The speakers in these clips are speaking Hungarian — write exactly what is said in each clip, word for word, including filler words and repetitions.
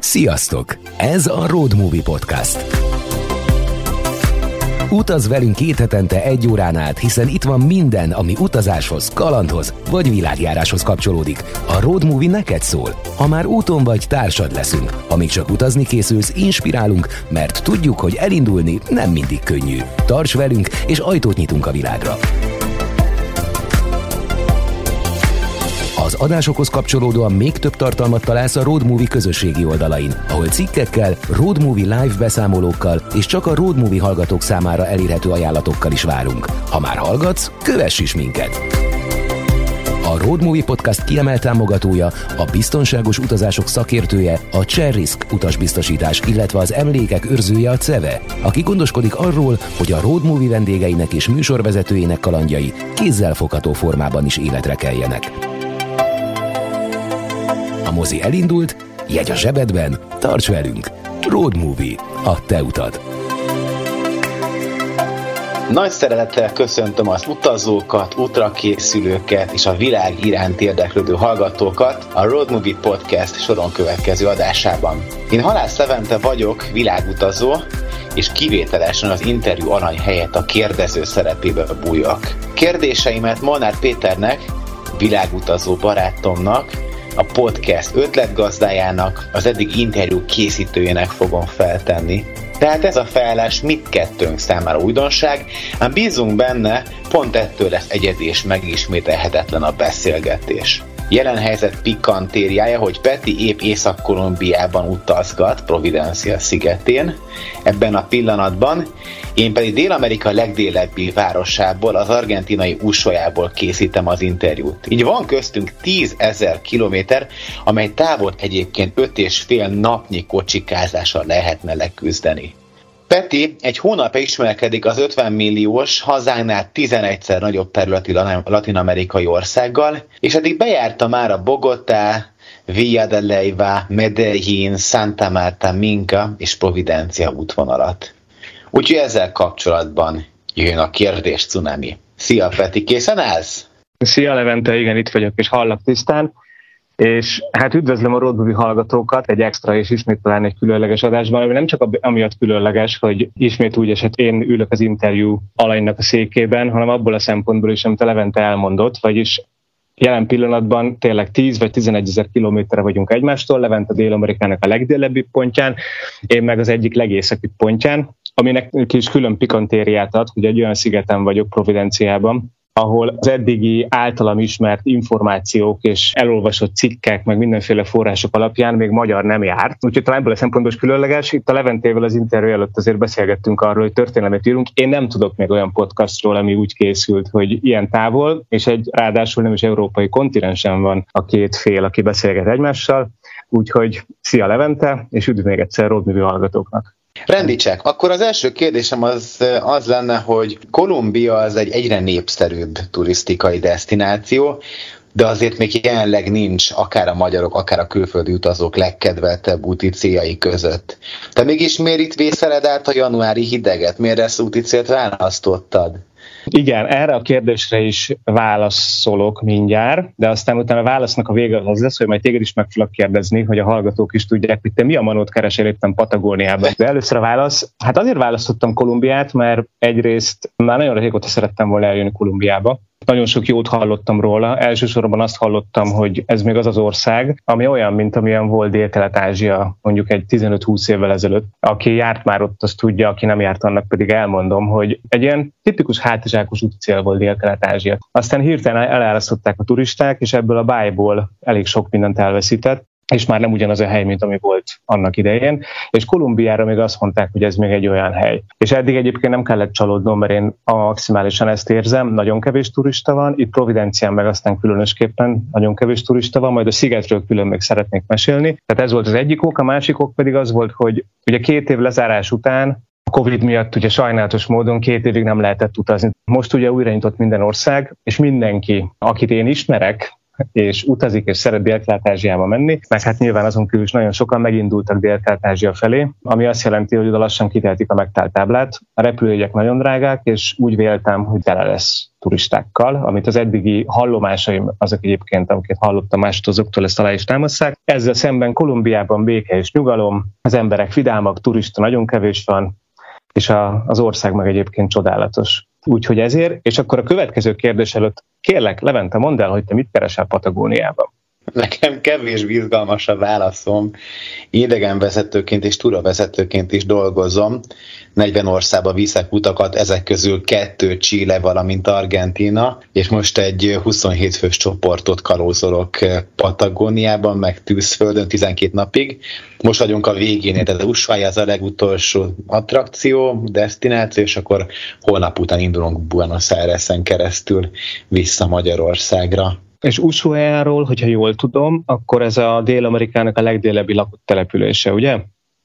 Sziasztok! Ez a Road Movie Podcast. Utazz velünk két hetente egy órán át, hiszen itt van minden, ami utazáshoz, kalandhoz vagy világjáráshoz kapcsolódik. A Road Movie neked szól. Ha már úton vagy, társad leszünk. Amíg csak utazni készülsz, inspirálunk, mert tudjuk, hogy elindulni nem mindig könnyű. Tarts velünk, és ajtót nyitunk a világra. Az adásokhoz kapcsolódóan még több tartalmat találsz a Road Movie közösségi oldalain, ahol cikkekkel, Road Movie live beszámolókkal és csak a Road Movie hallgatók számára elérhető ajánlatokkal is várunk. Ha már hallgatsz, kövess is minket! A Road Movie Podcast kiemelt támogatója, a biztonságos utazások szakértője, a Cserrisk utasbiztosítás, illetve az emlékek őrzője a CEVE, aki gondoskodik arról, hogy a Road Movie vendégeinek és műsorvezetőinek kalandjai kézzelfogható formában is életre keljenek. A mozi elindult, jegy a zsebedben, tarts velünk! Road Movie, a te utad! Nagy szeretettel köszöntöm az utazókat, útrakészülőket és a világ iránt érdeklődő hallgatókat a Road Movie Podcast soron következő adásában. Én Halász Levente vagyok, világutazó, és kivételesen az interjú alany helyett a kérdező szerepébe bújok. Kérdéseimet Molnár Péternek, világutazó barátomnak, a podcast ötletgazdájának, az eddig interjú készítőjének fogom feltenni. Tehát ez a felállás mindkettőnk számára újdonság, ám bízunk benne, pont ettől lesz egyedi és megismételhetetlen a beszélgetés. Jelen helyzet pikantériája, hogy Peti épp Észak-Kolumbiában utazgat, Providencia szigetén. Ebben a pillanatban én pedig Dél-Amerika legdélebbi városából, az argentinai Ushuaiából készítem az interjút. Így van köztünk tízezer kilométer, amely távot egyébként öt és fél napnyi kocsikázással lehetne leküzdeni. Peti egy hónapja ismerkedik az ötven milliós, hazánknál tizenegyszer nagyobb területi latin-amerikai országgal, és eddig bejárta már a Bogotá, Villa de Leyva, Medellín, Santa Marta, Minca és Providencia útvonalat. Úgyhogy ezzel kapcsolatban jön a kérdés cunami. Szia Peti, készen állsz? Szia Levente, igen, itt vagyok és hallak tisztán. És hát üdvözlöm a Road Movie hallgatókat egy extra és ismét talán egy különleges adásban, ami nem csak amiatt különleges, hogy ismét úgy esett én ülök az interjú alanynak a székében, hanem abból a szempontból is, amit a Levente elmondott, vagyis jelen pillanatban tényleg tíz vagy tizenegyezer kilométerre vagyunk egymástól, Levente Dél-Amerikának a legdélebbi pontján, én meg az egyik legészaki pontján, aminek is külön pikantériát ad, hogy egy olyan szigeten vagyok, Providenciában, ahol az eddigi általam ismert információk és elolvasott cikkek, meg mindenféle források alapján még magyar nem járt. Úgyhogy talán ebből a szempontból is különleges. Itt a Leventével az interjú előtt azért beszélgettünk arról, hogy történelmet írunk. Én nem tudok még olyan podcastról, ami úgy készült, hogy ilyen távol, és egy ráadásul nem is európai kontinensen van a két fél, aki beszélget egymással. Úgyhogy szia Levente, és üdv még egyszer Road Movie hallgatóknak. Rendicsek, akkor az első kérdésem az, az lenne, hogy Kolumbia az egy egyre népszerűbb turisztikai desztináció, de azért még jelenleg nincs akár a magyarok, akár a külföldi utazók legkedveltebb úti céljai között. Te mégis miért itt vészeled át a januári hideget? Miért ezt úti célt választottad? Igen, erre a kérdésre is válaszolok mindjárt, de aztán utána a válasznak a vége az lesz, hogy majd téged is meg fogok kérdezni, hogy a hallgatók is tudják, hogy te mi a manót keresel éppen Patagóniában. De először a válasz, hát azért választottam Kolumbiát, mert egyrészt már nagyon régóta szerettem volna eljönni Kolumbiába. Nagyon sok jót hallottam róla, elsősorban azt hallottam, hogy ez még az az ország, ami olyan, mint amilyen volt Dél-Kelet-Ázsia mondjuk egy tizenöt-húsz évvel ezelőtt. Aki járt már ott, azt tudja, aki nem járt, annak pedig elmondom, hogy egy ilyen tipikus hátizsákos útcél volt Dél-Kelet-Ázsia. Aztán hirtelen elárasztották a turisták, és ebből a bájból elég sok mindent elveszített, és már nem ugyanaz a hely, mint ami volt annak idején, és Kolumbiára még azt mondták, hogy ez még egy olyan hely. És eddig egyébként nem kellett csalódnom, mert én maximálisan ezt érzem, nagyon kevés turista van, itt Providencián meg aztán különösképpen nagyon kevés turista van, majd a szigetről külön még szeretnék mesélni. Tehát ez volt az egyik ok, a másik ok pedig az volt, hogy ugye két év lezárás után a Covid miatt ugye sajnálatos módon két évig nem lehetett utazni. Most ugye újra nyitott minden ország, és mindenki, akit én ismerek, és utazik, és szeret Dél-Kelet-Ázsiába menni, meg hát nyilván azon kívül is nagyon sokan megindultak Dél-Kelet-Ázsia felé, ami azt jelenti, hogy oda lassan kitehetik a megtállt táblát. A repülőjegyek nagyon drágák, és úgy véltem, hogy tele lesz turistákkal, amit az eddigi hallomásaim, azok egyébként, amiket hallottam másodozóktól, ezt alá is támaszták. Ezzel szemben Kolumbiában béke és nyugalom, az emberek vidámak, turista nagyon kevés van, és a, az ország meg egyébként csodálatos. Úgyhogy ezért, és akkor a következő kérdés előtt kérlek, Levente, mondd el, hogy te mit keresel Patagóniában. Nekem kevés izgalmas a válaszom. Idegenvezetőként és túravezetőként is dolgozom. negyven országba viszek utakat, ezek közül kettő Chile, valamint Argentína, és most egy huszonhét fős csoportot kalózolok Patagóniában, meg Tűzföldön tizenkét napig. Most vagyunk a végén, tehát Ushuaia az a legutolsó attrakció, desztináció, és akkor holnap után indulunk Buenos Airesen keresztül vissza Magyarországra. És Ushuaiáról, hogyha jól tudom, akkor ez a Dél-Amerikának a legdélebbi lakott települése, ugye?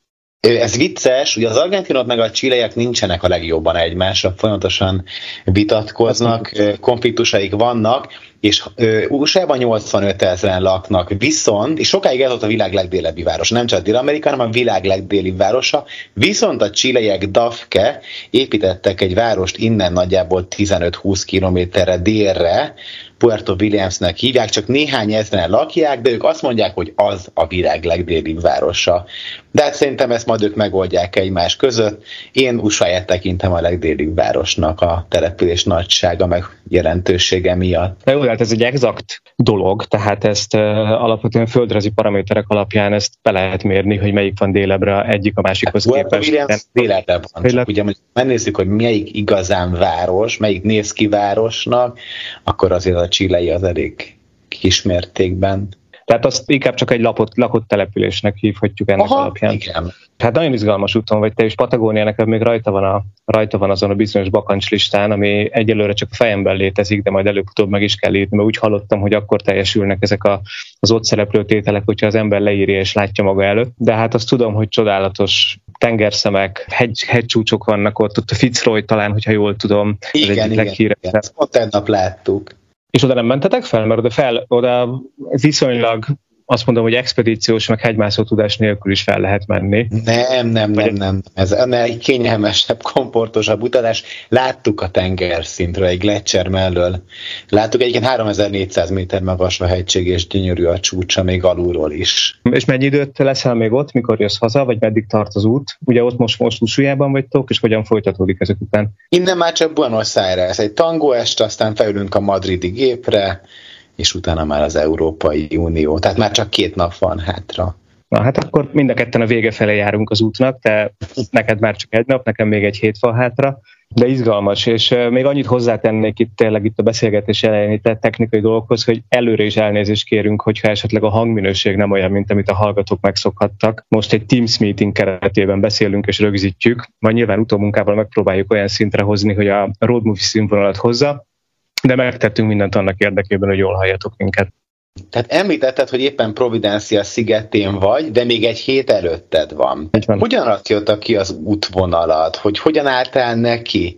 Ez vicces, ugye az argentinok meg a chileiek nincsenek a legjobban egymásra, folyamatosan vitatkoznak, konfliktusaik vannak, és Ushuaiában nyolcvanöt ezeren laknak, viszont, és sokáig ez volt a világ legdélebbi városa, nem csak Dél-Amerika, hanem a világ legdélibb városa, viszont a chileiek Dafke építettek egy várost innen nagyjából tizenöt-húsz kilométerre délre, Puerto Williamsnek hívják, csak néhány ezeren lakják, de ők azt mondják, hogy az a világ legdélibb városa. De hát szerintem ezt majd ők megoldják egymás között. Én Ushuaiát tekintem a legdélibb városnak a település nagysága meg jelentősége miatt. De jó, hát ez egy exakt dolog, tehát ezt uh, alapvetően földrajzi paraméterek alapján ezt be lehet mérni, hogy melyik van délebre egyik a másikhoz hát, képest. Puerto Williams délebre van, csak ugye, hogy megnézzük, hogy melyik igazán város, melyik néz ki városnak, akkor azért a chilei az elég kismértékben. Tehát azt inkább csak egy lapot, lakott településnek hívhatjuk ennek Aha, alapján. Igen. Hát nagyon izgalmas úton vagy te, és Patagónia nekem még rajta van, a, rajta van azon a bizonyos bakancslistán, ami egyelőre csak a fejemben létezik, de majd előbb-utóbb meg is kell írni, mert úgy hallottam, hogy akkor teljesülnek ezek a, az ott szereplő tételek, hogyha az ember leírja és látja maga előtt. De hát azt tudom, hogy csodálatos tengerszemek, hegy, hegycsúcsok vannak ott, ott a Fitzroy talán, hogyha jól tudom. Igen, igen, igen, igen. Ott egy nap láttuk. És oda nem mentetek fel? Mert oda, fel, oda viszonylag azt mondom, hogy expedíciós, meg hegymászó tudás nélkül is fel lehet menni. Nem, nem, nem, nem. Ez egy kényelmesebb, komfortosabb utazás. Láttuk a tengerszintről, egy gletszer mellől. Láttuk egyébként háromezer-négyszáz méter magas a hegység, és gyönyörű a csúcsa még alulról is. És mennyi időt leszel még ott, mikor jössz haza, vagy meddig tart az út? Ugye ott most, most Ushuaiában vagytok, és hogyan folytatódik ezek után? Innen már csak Buenos Aires, egy tangó este, aztán felülünk a madridi gépre, és utána már az Európai Unió. Tehát már csak két nap van hátra. Na hát akkor mind a ketten a vége felé járunk az útnak, te neked már csak egy nap, nekem még egy hét van hátra, de izgalmas, és még annyit hozzátennék itt tényleg itt a beszélgetés elején itt a technikai dolgokhoz, hogy előre is elnézést kérünk, hogyha esetleg a hangminőség nem olyan, mint amit a hallgatók megszokhattak. Most egy Teams meeting keretében beszélünk és rögzítjük, majd nyilván utómunkával megpróbáljuk olyan szintre hozni, hogy a road movie színvonalat hozza, de megtettünk mindent annak érdekében, hogy jól halljatok minket. Tehát említetted, hogy éppen Providencia szigetén vagy, de még egy hét előtted van. van. Hogyan rakjottad ki az útvonalat? Hogy hogyan álltál neki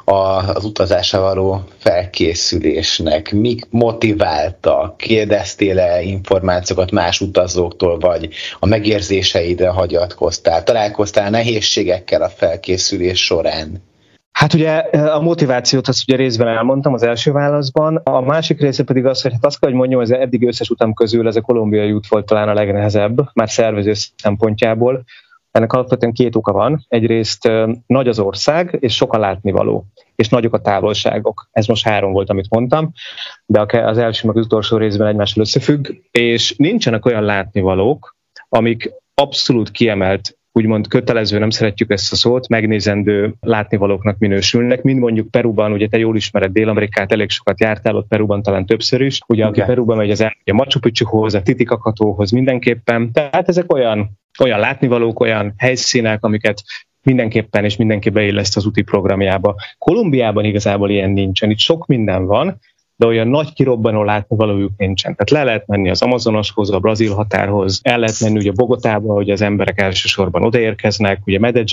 az utazásra való felkészülésnek? Mik motiváltak? Kérdeztél-e információkat más utazóktól, vagy a megérzéseidre hagyatkoztál? Találkoztál nehézségekkel a felkészülés során? Hát ugye a motivációt azt ugye részben elmondtam az első válaszban, a másik része pedig az, hogy hát azt kell, hogy mondjam, hogy az eddig összes utam közül ez a kolumbiai út volt talán a legnehezebb, már szervező szempontjából. Ennek alapvetően két oka van. Egyrészt nagy az ország, és sok a látnivaló, és nagyok a távolságok. Ez most három volt, amit mondtam, de az első meg az utolsó részben egymással összefügg, és nincsenek olyan látnivalók, amik abszolút kiemelt, úgymond kötelező, nem szeretjük ezt a szót, megnézendő látnivalóknak minősülnek, mint mondjuk Peruban, ugye te jól ismered Dél-Amerikát, elég sokat jártál ott Peruban, talán többször is, ugye okay. Aki Peruban megy, az elmegy a Machu Picchuhoz, a Titicacatóhoz mindenképpen, tehát ezek olyan, olyan látnivalók, olyan helyszínek, amiket mindenképpen és mindenki beilleszt az úti programjába. Kolumbiában igazából ilyen nincsen, itt sok minden van, de olyan nagy kirobbanó látnivalójuk nincsen. Tehát le lehet menni az Amazonoshoz, a brazil határhoz, el lehet menni ugye Bogotába, hogy az emberek elsősorban odaérkeznek, ugye Medellín,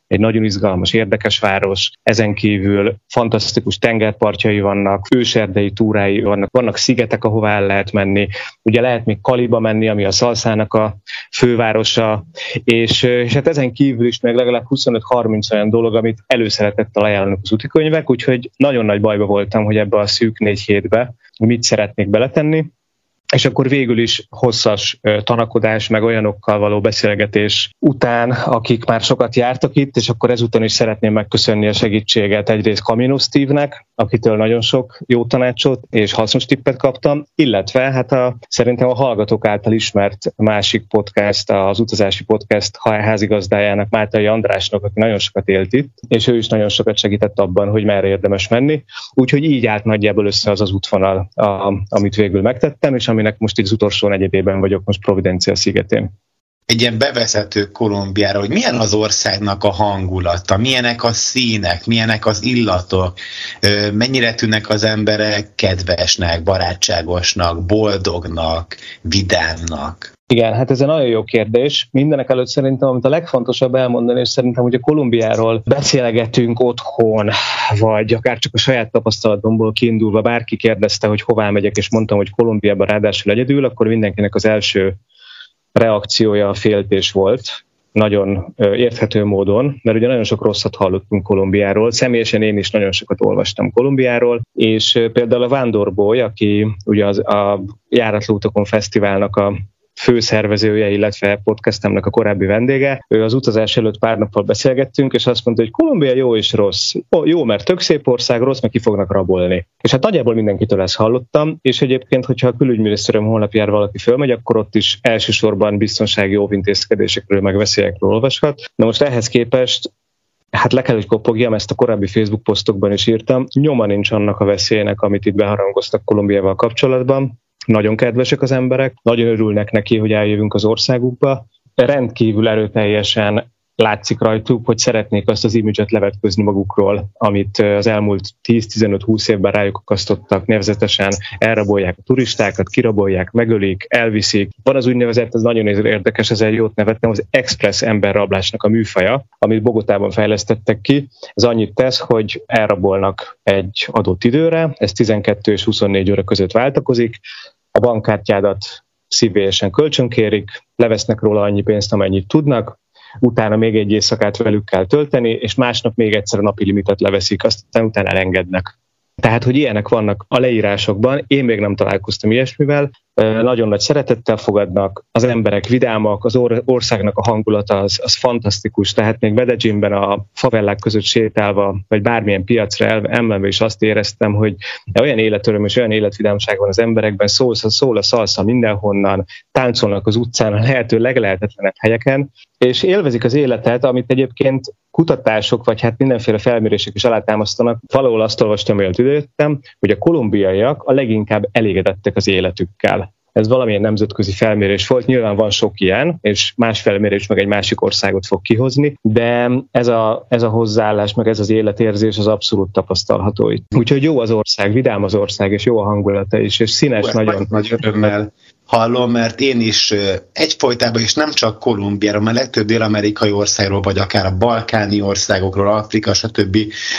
egy nagyon izgalmas, érdekes város, ezen kívül fantasztikus tengerpartjai vannak, őserdei túrái vannak, vannak szigetek, ahová el lehet menni, ugye lehet még Kaliba menni, ami a szalszának a fővárosa, és, és hát ezen kívül is meg legalább huszonöt-harminc olyan dolog, amit előszeretettel ajánlanak az útikönyvek, úgyhogy nagyon nagy bajba voltam, hogy ebbe a szűk négy hétbe mit szeretnék beletenni. És akkor végül is hosszas tanakodás, meg olyanokkal való beszélgetés után, akik már sokat jártak itt, és akkor ezután is szeretném megköszönni a segítséget egyrészt Camino Steve-nek, akitől nagyon sok jó tanácsot és hasznos tippet kaptam, illetve hát a, szerintem a hallgatók által ismert másik podcast, az utazási podcast házigazdájának, Mátai Andrásnak, aki nagyon sokat élt itt, és ő is nagyon sokat segített abban, hogy merre érdemes menni. Úgyhogy így állt nagyjából össze az az útvonal, a, amit végül megtettem, és aminek most itt az utolsó negyedében vagyok, most Providencia szigetén. Egy ilyen bevezető Kolumbiára, hogy milyen az országnak a hangulata, milyenek a színek, milyenek az illatok, mennyire tűnnek az emberek kedvesnek, barátságosnak, boldognak, vidámnak. Igen, hát ez egy nagyon jó kérdés. Mindenek előtt szerintem, amit a legfontosabb elmondani, és szerintem, hogy a Kolumbiáról beszélgetünk otthon, vagy akár csak a saját tapasztalatomból kiindulva, bárki kérdezte, hogy hová megyek, és mondtam, hogy Kolumbiában ráadásul egyedül, akkor mindenkinek az első reakciója a féltés volt, nagyon érthető módon, mert ugye nagyon sok rosszat hallottunk Kolumbiáról, személyesen én is nagyon sokat olvastam Kolumbiáról, és például a Vándorboly, aki ugye az, a Járatlan Utakon Fesztiválnak a főszervezője, illetve podcastemnek a korábbi vendége. Ő az utazás előtt pár nappal beszélgettünk, és azt mondta, hogy Kolumbia jó és rossz. Jó, mert tök szép ország, rossz, meg ki fognak rabolni. És hát nagyjából mindenkitől ezt hallottam, és egyébként, hogyha a külügyminisztérium honlapjára valaki fölmegy, akkor ott is elsősorban biztonsági óvintézkedésekről, meg veszélyekről olvashat. Na most ehhez képest hát le kell, hogy kopogjam, ezt a korábbi Facebook posztokban is írtam, nyoma nincs annak a veszélynek, amit itt beharangoztak Kolumbiával kapcsolatban. Nagyon kedvesek az emberek, nagyon örülnek neki, hogy eljövünk az országukba. Rendkívül erőteljesen látszik rajtuk, hogy szeretnék azt az imidzset levetközni magukról, amit az elmúlt tíz-tizenöt-húsz évben rájuk akasztottak, nevezetesen elrabolják a turistákat, kirabolják, megölik, elviszik. Van az úgynevezett, ez nagyon érdekes, ez egy jót nevettem, az express emberrablásnak a műfaja, amit Bogotában fejlesztettek ki. Ez annyit tesz, hogy elrabolnak egy adott időre, ez tizenkettő és huszonnégy óra között váltakozik, a bankkártyádat szívélyesen kölcsönkérik, levesznek róla annyi pénzt, amennyit tudnak, utána még egy éjszakát velük kell tölteni, és másnap még egyszer a napi limitet leveszik, aztán utána elengednek. Tehát, hogy ilyenek vannak a leírásokban, én még nem találkoztam ilyesmivel, nagyon nagy szeretettel fogadnak, az emberek vidámak, az or- országnak a hangulata az, az fantasztikus, tehát még Medellínben a favellák között sétálva, vagy bármilyen piacra el- elmenve is azt éreztem, hogy olyan életöröm és olyan életvidámság van az emberekben, szól, szól a szalsza mindenhonnan, táncolnak az utcán a lehető leglehetetlenebb helyeken, és élvezik az életet, amit egyébként kutatások, vagy hát mindenféle felmérések is alátámasztanak. Valahol azt olvastam, hogy időttem, hogy a kolumbiaiak a leginkább elégedettek az életükkel. Ez valamilyen nemzetközi felmérés volt, nyilván van sok ilyen, és más felmérés meg egy másik országot fog kihozni, de ez a, ez a hozzáállás, meg ez az életérzés az abszolút tapasztalható itt. Úgyhogy jó az ország, vidám az ország, és jó a hangulata is, és színes Hú, nagyon. Nagy örömmel hallom, mert én is egyfolytában, és nem csak Kolumbiáról, mert legtöbb dél-amerikai országról, vagy akár a balkáni országokról, Afrika, stb.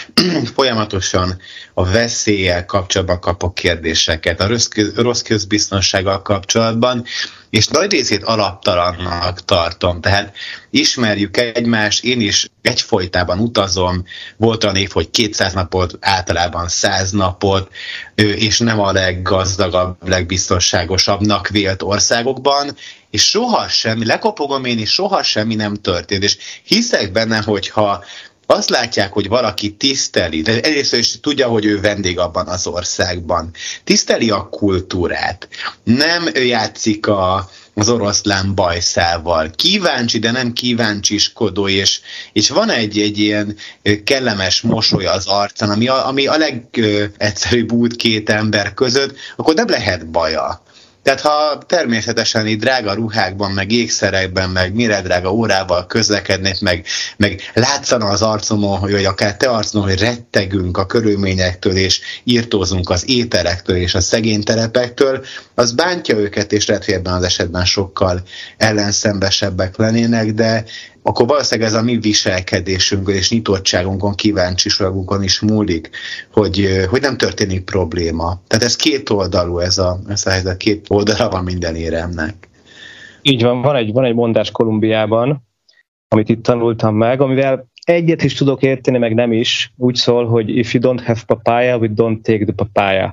Folyamatosan a veszéllyel kapcsolatban kapok kérdéseket, a rossz közbiztonsággal kapcsolatban, és nagy részét alaptalannak tartom. Tehát ismerjük egymást, én is egyfolytában utazom, volt olyan év, hogy kétszáz napot, általában száz napot, és nem a leggazdagabb, legbiztonságosabbnak vélt országokban, és soha semmi, lekopogom én is, soha semmi nem történt, és hiszek benne, hogyha azt látják, hogy valaki tiszteli, de egyrészt is tudja, hogy ő vendég abban az országban, tiszteli a kultúrát, nem játszik a, az oroszlán bajszával, kíváncsi, de nem kíváncsiskodó, és, és van egy, egy ilyen kellemes mosoly az arcán, ami a, ami a legegyszerűbb út két ember között, akkor nem lehet baja. Tehát ha természetesen így drága ruhákban, meg ékszerekben, meg mire drága órával közlekednék, meg, meg látszana az arcomon, hogy akár te arcomon, hogy rettegünk a körülményektől, és írtózunk az ételektől és a szegény telepektől, az bántja őket, és lehet, hogy ebben az esetben sokkal ellenszenvesebbek lennének, de akkor valószínűleg ez a mi viselkedésünkön és nyitottságunkon, kíváncsiságunkon is múlik, hogy, hogy nem történik probléma. Tehát ez két oldalú, ez a, ez a helyzet, két oldala van minden éremnek. Így van, van egy, van egy mondás Kolumbiában, amit itt tanultam meg, amivel egyet is tudok érteni, meg nem is. Úgy szól, hogy if you don't have papaya, we don't take the papaya.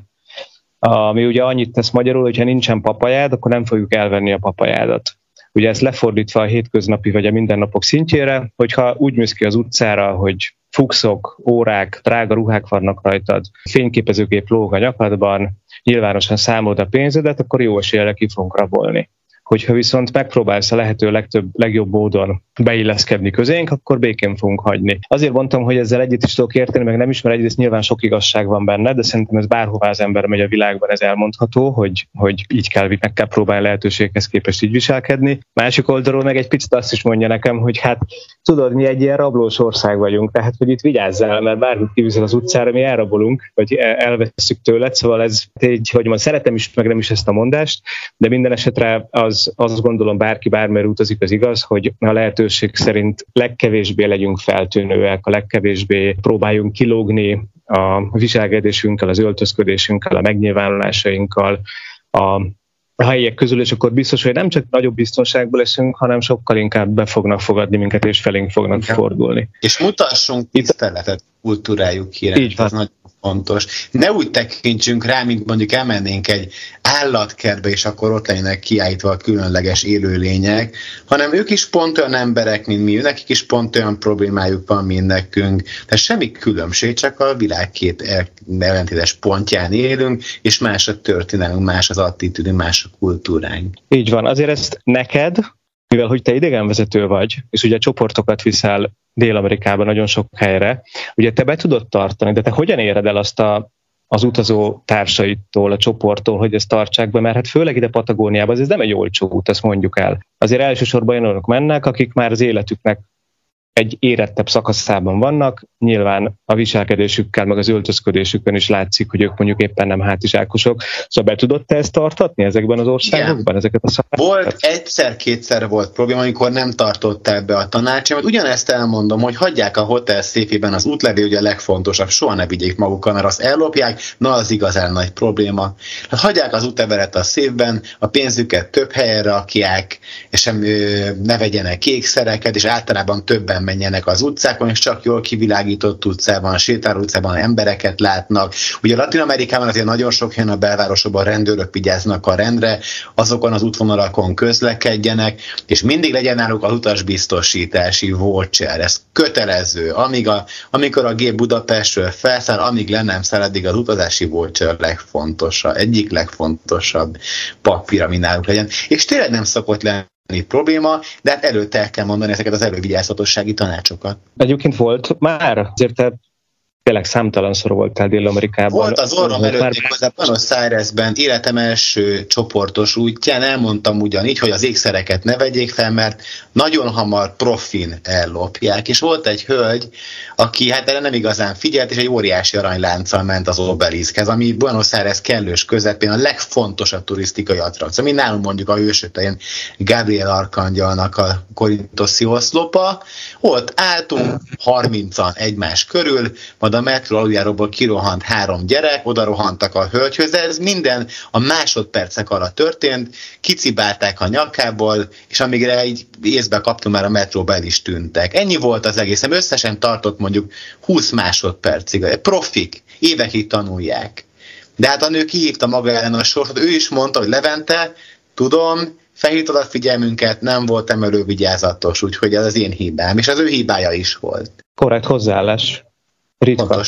Ami ugye annyit tesz magyarul, hogyha nincsen papajád, akkor nem fogjuk elvenni a papajádat. Ugye ezt lefordítva a hétköznapi vagy a mindennapok szintjére, hogyha úgy mész ki az utcára, hogy fuxok, órák, drága ruhák vannak rajtad, fényképezőgép lóg a nyakadban, nyilvánosan számolod a pénzedet, akkor jó eséllyel ki fogunk rabolni. Hogyha viszont megpróbálsz a lehető legtöbb, legjobb módon beilleszkedni közénk, akkor békén fogunk hagyni. Azért mondtam, hogy ezzel egyet is tudok érteni, meg nem is, mert egyrészt nyilván sok igazság van benne, de szerintem ez bárhová az ember megy a világban, ez elmondható, hogy, hogy így kell, meg kell próbálni lehetőséghez képest így viselkedni. Másik oldalról meg egy picit azt is mondja nekem, hogy hát tudod, mi egy ilyen rablós ország vagyunk, tehát hogy itt vigyázzál, mert bármit kiviszel az utcára, mi elrabolunk, vagy elvesszük tőled, szóval ez egy, hogy mondjam, szeretem is, meg nem is ezt a mondást, de minden esetre az Az, azt gondolom, bárki bármelyre utazik, az igaz, hogy a lehetőség szerint legkevésbé legyünk feltűnőek, a legkevésbé próbáljunk kilógni a viselkedésünkkel, az öltözködésünkkel, a megnyilvánulásainkkal, a a helyiek közül, és akkor biztos, hogy nem csak nagyobb biztonságban leszünk, hanem sokkal inkább be fognak fogadni minket, és felénk fognak ja. fordulni. És mutassunk tiszteletet kultúrájuk iránt, így ez nagyon fontos. Ne úgy tekintsünk rá, mint mondjuk elmennénk egy állatkertbe, és akkor ott lennének kiállítva a különleges élőlények, hanem ők is pont olyan emberek, mint mi, nekik is pont olyan problémájuk van, mint nekünk. Tehát semmi különbség, csak a világ két ellentétes pontján élünk, és más a történelünk, más az attitűdünk, más a kultúránk. Így van, azért ezt neked, mivel hogy te idegenvezető vagy, és ugye csoportokat viszel Dél-Amerikában nagyon sok helyre, ugye te be tudod tartani, de te hogyan éred el azt a, az utazó társaitól, a csoporttól, hogy ezt tartsák be, mert hát főleg ide Patagóniában ez nem egy olcsó út, ezt mondjuk el. Azért elsősorban olyanok mennek, akik már az életüknek egy érettebb szakaszában vannak, nyilván a viselkedésükkel, meg az öltözködésükön is látszik, hogy ők mondjuk éppen nem hátizsákosok. Szóval be tudod te ezt tartatni ezekben az országokban? Igen. Ezeket a szabályokat? Volt, egyszer-kétszer volt probléma, amikor nem tartottál be a tanácsomat. Ugyanezt elmondom, hogy hagyják a hotel széfében az útlevél, ugye a legfontosabb, soha ne vigyék magukkal, mert azt ellopják, na az igazán nagy probléma. Hát hagyják az útlevelet a széfben, a pénzüket több helyre rakják, és sem, ne vegyenek kékszereket, és általában többen menjenek az utcákon, és csak jól kivilágított utcában, sétáló utcában embereket látnak. Ugye Latin-Amerikában azért nagyon sok helyen a belvárosokban rendőrök vigyáznak a rendre, azokon az útvonalakon közlekedjenek, és mindig legyen náluk az utasbiztosítási voucher. Ez kötelező. Amíg a, amikor a gép Budapestről felszáll, amíg le nem száll, addig az utazási voucher legfontosabb, egyik legfontosabb papír, ami náluk legyen. És tényleg nem szokott lenni probléma, de hát előtte el kell mondani ezeket az elővigyázatossági tanácsokat. Egyébként volt már, azért te tényleg számtalanszor voltál Dél-Amerikában. Volt az orrom előtt méghozzá Buenos Airesben életem első csoportos útján, elmondtam ugyanígy, hogy az ékszereket ne vegyék fel, mert nagyon hamar profin ellopják, és volt egy hölgy, aki hát erre nem igazán figyelt, és egy óriási aranylánccal ment az Obeliskhez, ami Buenos Aires kellős közepén a legfontosabb turisztikai attrakció, ami nálunk mondjuk a hősötején Gabriel Arkangyalnak a korinthoszi oszlopa. Ott álltunk harmincan egymás körül, majd a metró aluljáróból kirohant három gyerek, oda rohantak a hölgyhöz, de ez minden a másodpercek alatt történt, kicibálták a nyakából, és amígre így észbe kaptunk, már a metróba el is tűntek. Ennyi volt az egészem, összesen tartott mondjuk húsz másodpercig. Profik, évekig tanulják. De hát a nő kihívta maga ellen a sorsot, ő is mondta, hogy Levente, tudom, felhívtad a figyelmünket, nem voltam elővigyázatos, úgyhogy ez az én hibám, és az ő hibája is volt. Korrekt hozzáállás. Ritka.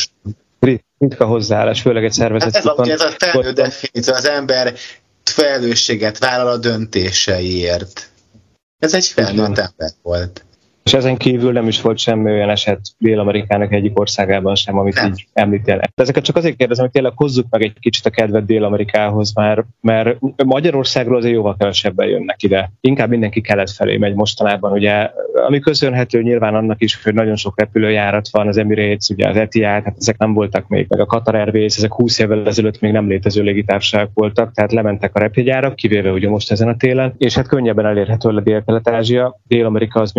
Ritka hozzáállás, főleg egy szervezet. Hát ez, a, ez a felnő definíció, az ember felelősséget vállal a döntéseiért. Ez egy felnőtt ember volt. És ezen kívül nem is volt semmi olyan eset Dél-Amerikának egyik országában sem, amit nem. Így említél. Ezeket csak azért kérdezem, hogy tényleg hozzuk meg egy kicsit a kedvet Dél-Amerikához, mert, mert Magyarországról azért jóval kevesebben jönnek ide. Inkább mindenki kelet felé megy mostanában, ugye, ami köszönhető nyilván annak is, hogy nagyon sok repülőjárat van, az Emirates, ugye az Etihad, hát ezek nem voltak még, meg a Qatar Airways, ezek húsz évvel ezelőtt még nem létező légitársaságok voltak, tehát lementek a repjegyárak, kivéve ugye most ezen a télen, és hát könnyebben elérhető a Dél-Kelet-Ázsia. Dél-Amerika az még mindig egy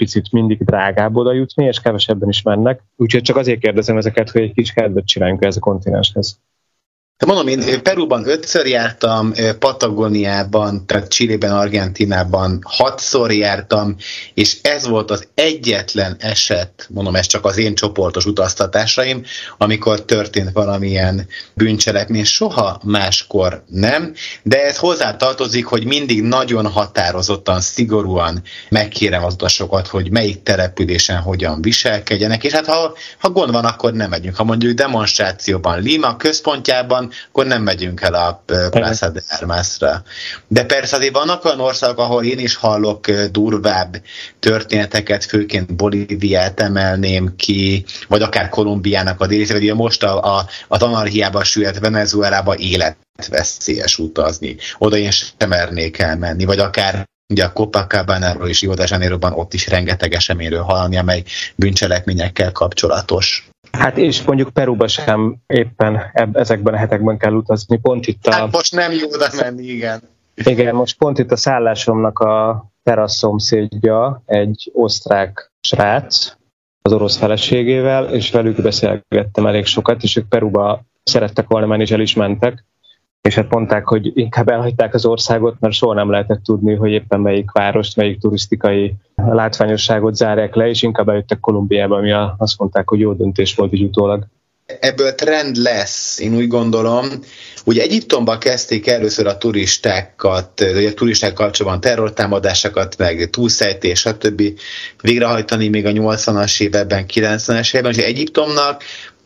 picit mindig drágább oda jutni, és kevesebben is mennek. Úgyhogy csak azért kérdezem ezeket, hogy egy kis kedvet csináljunk ez a kontinenshez. Mondom, én Perúban ötször jártam, Patagóniában, tehát Chilében, Argentínában hatszor jártam, és ez volt az egyetlen eset, mondom, ez csak az én csoportos utaztatásaim, amikor történt valamilyen bűncselekmény, soha máskor nem, de ez hozzá tartozik, hogy mindig nagyon határozottan, szigorúan megkérem az utasokat, hogy melyik településen hogyan viselkedjenek, és hát ha, ha gond van, akkor nem megyünk. Ha mondjuk demonstrációban Lima központjában, akkor nem megyünk el a Plaza de Armasra. De persze azért vannak olyan országok, ahol én is hallok durvább történeteket, főként Bolíviát emelném ki, vagy akár Kolumbiának a déli, vagy most a, a, az anarchiába süllyedt Venezuelába életveszélyes utazni. Oda én sem mernék elmenni, vagy akár ugye a Copacabana-ról és Rio de Janeiroban ott is rengeteg eseményről hallani, amely bűncselekményekkel kapcsolatos. Hát és mondjuk Perúba sem éppen eb- ezekben a hetekben kell utazni. Pont itt a... Hát most nem jó oda menni, igen. Igen, most pont itt a szállásomnak a terasz szomszédja egy osztrák srác az orosz feleségével, és velük beszélgettem elég sokat, és ők Perúba szerettek volna menni, és el is mentek. És hát mondták, hogy inkább elhagyták az országot, mert soha nem lehetett tudni, hogy éppen melyik várost, melyik turisztikai látványosságot zárják le, és inkább eljöttek Kolumbiába, ami azt mondták, hogy jó döntés volt így utólag. Ebből trend lesz, én úgy gondolom. Ugye Egyiptomban kezdték először a turistákat, a turisták kapcsolatban terrortámadásokat, meg túlszejtés, stb. Végrehajtani még a nyolcvanas években, kilencvenes években, és Egyiptomnak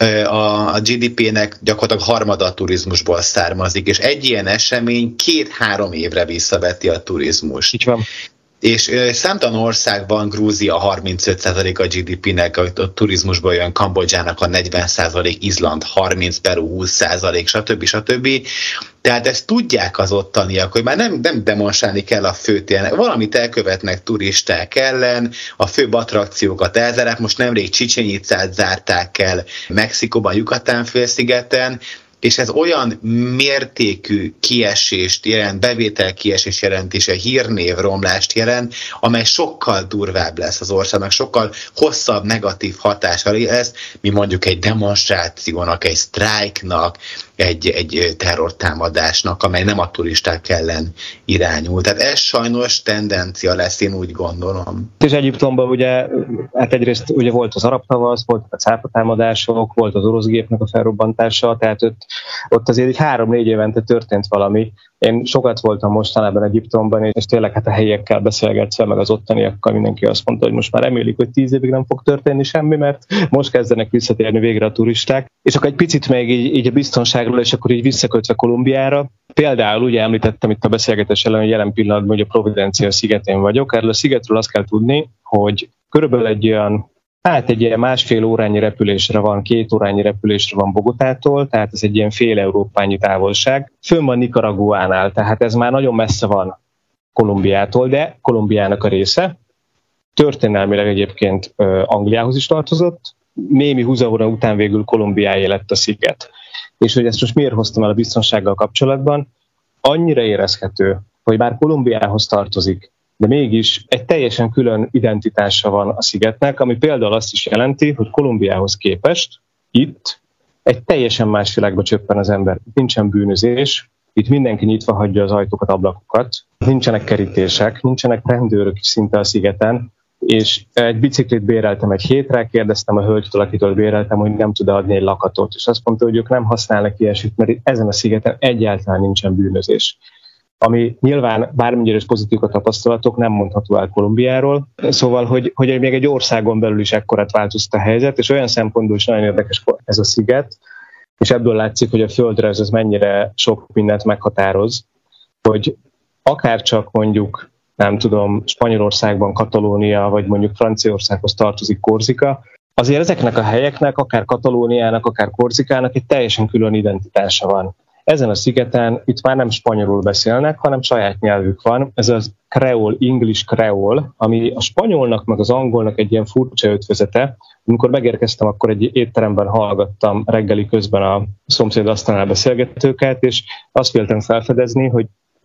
a, a gé dé pének gyakorlatilag harmada a turizmusból származik, és egy ilyen esemény két-három évre visszaveti a turizmust. Így van. És számtalan országban, Grúzia harmincöt százalék a gé dé pének, a turizmusból jön, Kambodzsának a negyven százalék, Izland harminc, Peru húsz százalék, stb. stb. Tehát ezt tudják az ottaniak, hogy már nem, nem demonstrálni kell a főtéren, valamit elkövetnek turisták ellen, a főbb attrakciókat elzárják, most nemrég Csicsenyicát zárták el Mexikóban, Yucatán-félszigeten, és ez olyan mértékű kiesést jelent, bevételkiesést jelent, és egy hírnévromlást jelent, amely sokkal durvább lesz az országnak, sokkal hosszabb negatív hatással lesz, mi mondjuk egy demonstrációnak, egy sztrájknak, egy, egy terrortámadásnak, amely nem a turisták ellen irányul. Tehát ez sajnos tendencia lesz, én úgy gondolom. És Egyiptomban ugye, hát egyrészt ugye volt az arab tavasz, voltak a cápatámadások, volt az orosz gépnek a felrobbantása, tehát ott, ott azért egy három-négy évente történt valami. Én sokat voltam mostanában Egyiptomban, és tényleg hát a helyiekkel beszélgetve, meg az ottaniakkal mindenki azt mondta, hogy most már remélik, hogy tíz évig nem fog történni semmi, mert most kezdenek visszatérni végre a turisták. És akkor egy picit még így, így a biztonságról, és akkor így visszakötve Kolumbiára. Például ugye említettem itt a beszélgetés ellen, hogy jelen pillanatban, hogy a Providencia szigetén vagyok. Erről a szigetről azt kell tudni, hogy körülbelül egy olyan Hát egy ilyen másfél órányi repülésre van, két órányi repülésre van Bogotától, tehát ez egy ilyen fél európányi távolság. Fönn van Nicaraguánál, tehát ez már nagyon messze van Kolumbiától, de Kolumbiának a része. Történelmileg egyébként Angliához is tartozott, némi húzavona után végül Kolumbiáé lett a sziget. És hogy ezt most miért hoztam el a biztonsággal kapcsolatban? Annyira érezhető, hogy bár Kolumbiához tartozik, de mégis egy teljesen külön identitása van a szigetnek, ami például azt is jelenti, hogy Kolumbiához képest itt egy teljesen más világba csöppen az ember. Itt nincsen bűnözés, itt mindenki nyitva hagyja az ajtókat, ablakokat, nincsenek kerítések, nincsenek rendőrök is szinte a szigeten, és egy biciklit béreltem egy hétre, kérdeztem a hölgytől, akitől béreltem, hogy nem tud adni egy lakatot, és azt mondta, hogy ők nem használnak ilyesmit, mert ezen a szigeten egyáltalán nincsen bűnözés. Ami nyilván bármennyire is pozitív a tapasztalatok, nem mondható el Kolumbiáról. Szóval, hogy, hogy még egy országon belül is ekkorát változott a helyzet, és olyan szempontból is nagyon érdekes ez a sziget, és ebből látszik, hogy a földrajz ez mennyire sok mindent meghatároz, hogy akár csak mondjuk, nem tudom, Spanyolországban Katalónia, vagy mondjuk Franciaországhoz tartozik Korzika, azért ezeknek a helyeknek, akár Katalóniának, akár Korzikának egy teljesen külön identitása van. Ezen a szigeten itt már nem spanyolul beszélnek, hanem saját nyelvük van. Ez az kreol, English kreol, ami a spanyolnak meg az angolnak egy ilyen furcsa ötvözete. Amikor megérkeztem, akkor egy étteremben hallgattam reggeli közben a szomszéd asztalnál beszélgetőket, és azt véltem felfedezni, hogy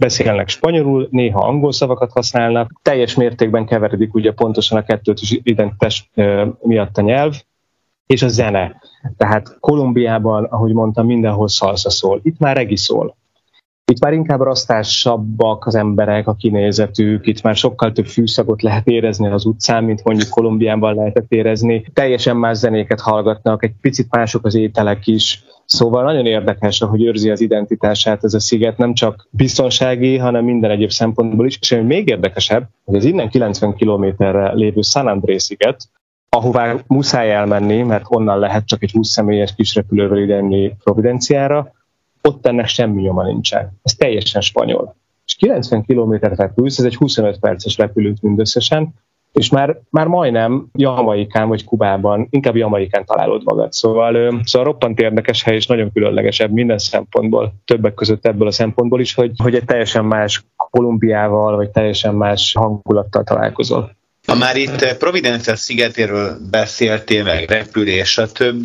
beszélnek spanyolul, néha angol szavakat használnak, teljes mértékben keveredik ugye pontosan a kettős identitás miatt a nyelv, és a zene. Tehát Kolumbiában, ahogy mondtam, mindenhol szalsza szól. Itt már regi szól. Itt már inkább rasztásabbak az emberek, a kinézetük, itt már sokkal több fűszagot lehet érezni az utcán, mint mondjuk Kolumbiában lehetett érezni. Teljesen más zenéket hallgatnak, egy picit mások az ételek is. Szóval nagyon érdekes, hogy őrzi az identitását ez a sziget, nem csak biztonsági, hanem minden egyéb szempontból is. És ami még érdekesebb, hogy az innen kilencven kilométerre lévő San Andrés sziget, ahová muszáj elmenni, mert onnan lehet csak egy húsz személyes kisrepülővel idejönni Providenciára, ott ennek semmi nyoma nincsen. Ez teljesen spanyol. És kilencven kilométert repülsz, ez egy huszonöt perces repülőt mindösszesen, és már, már majdnem Jamaikán vagy Kubában, inkább Jamaikán találod magad. Szóval, szóval roppant érdekes hely, és nagyon különlegesebb minden szempontból, többek között ebből a szempontból is, hogy, hogy egy teljesen más Kolumbiával, vagy teljesen más hangulattal találkozol. Ha már itt Providencia szigetéről beszéltél, meg repülés, stb.,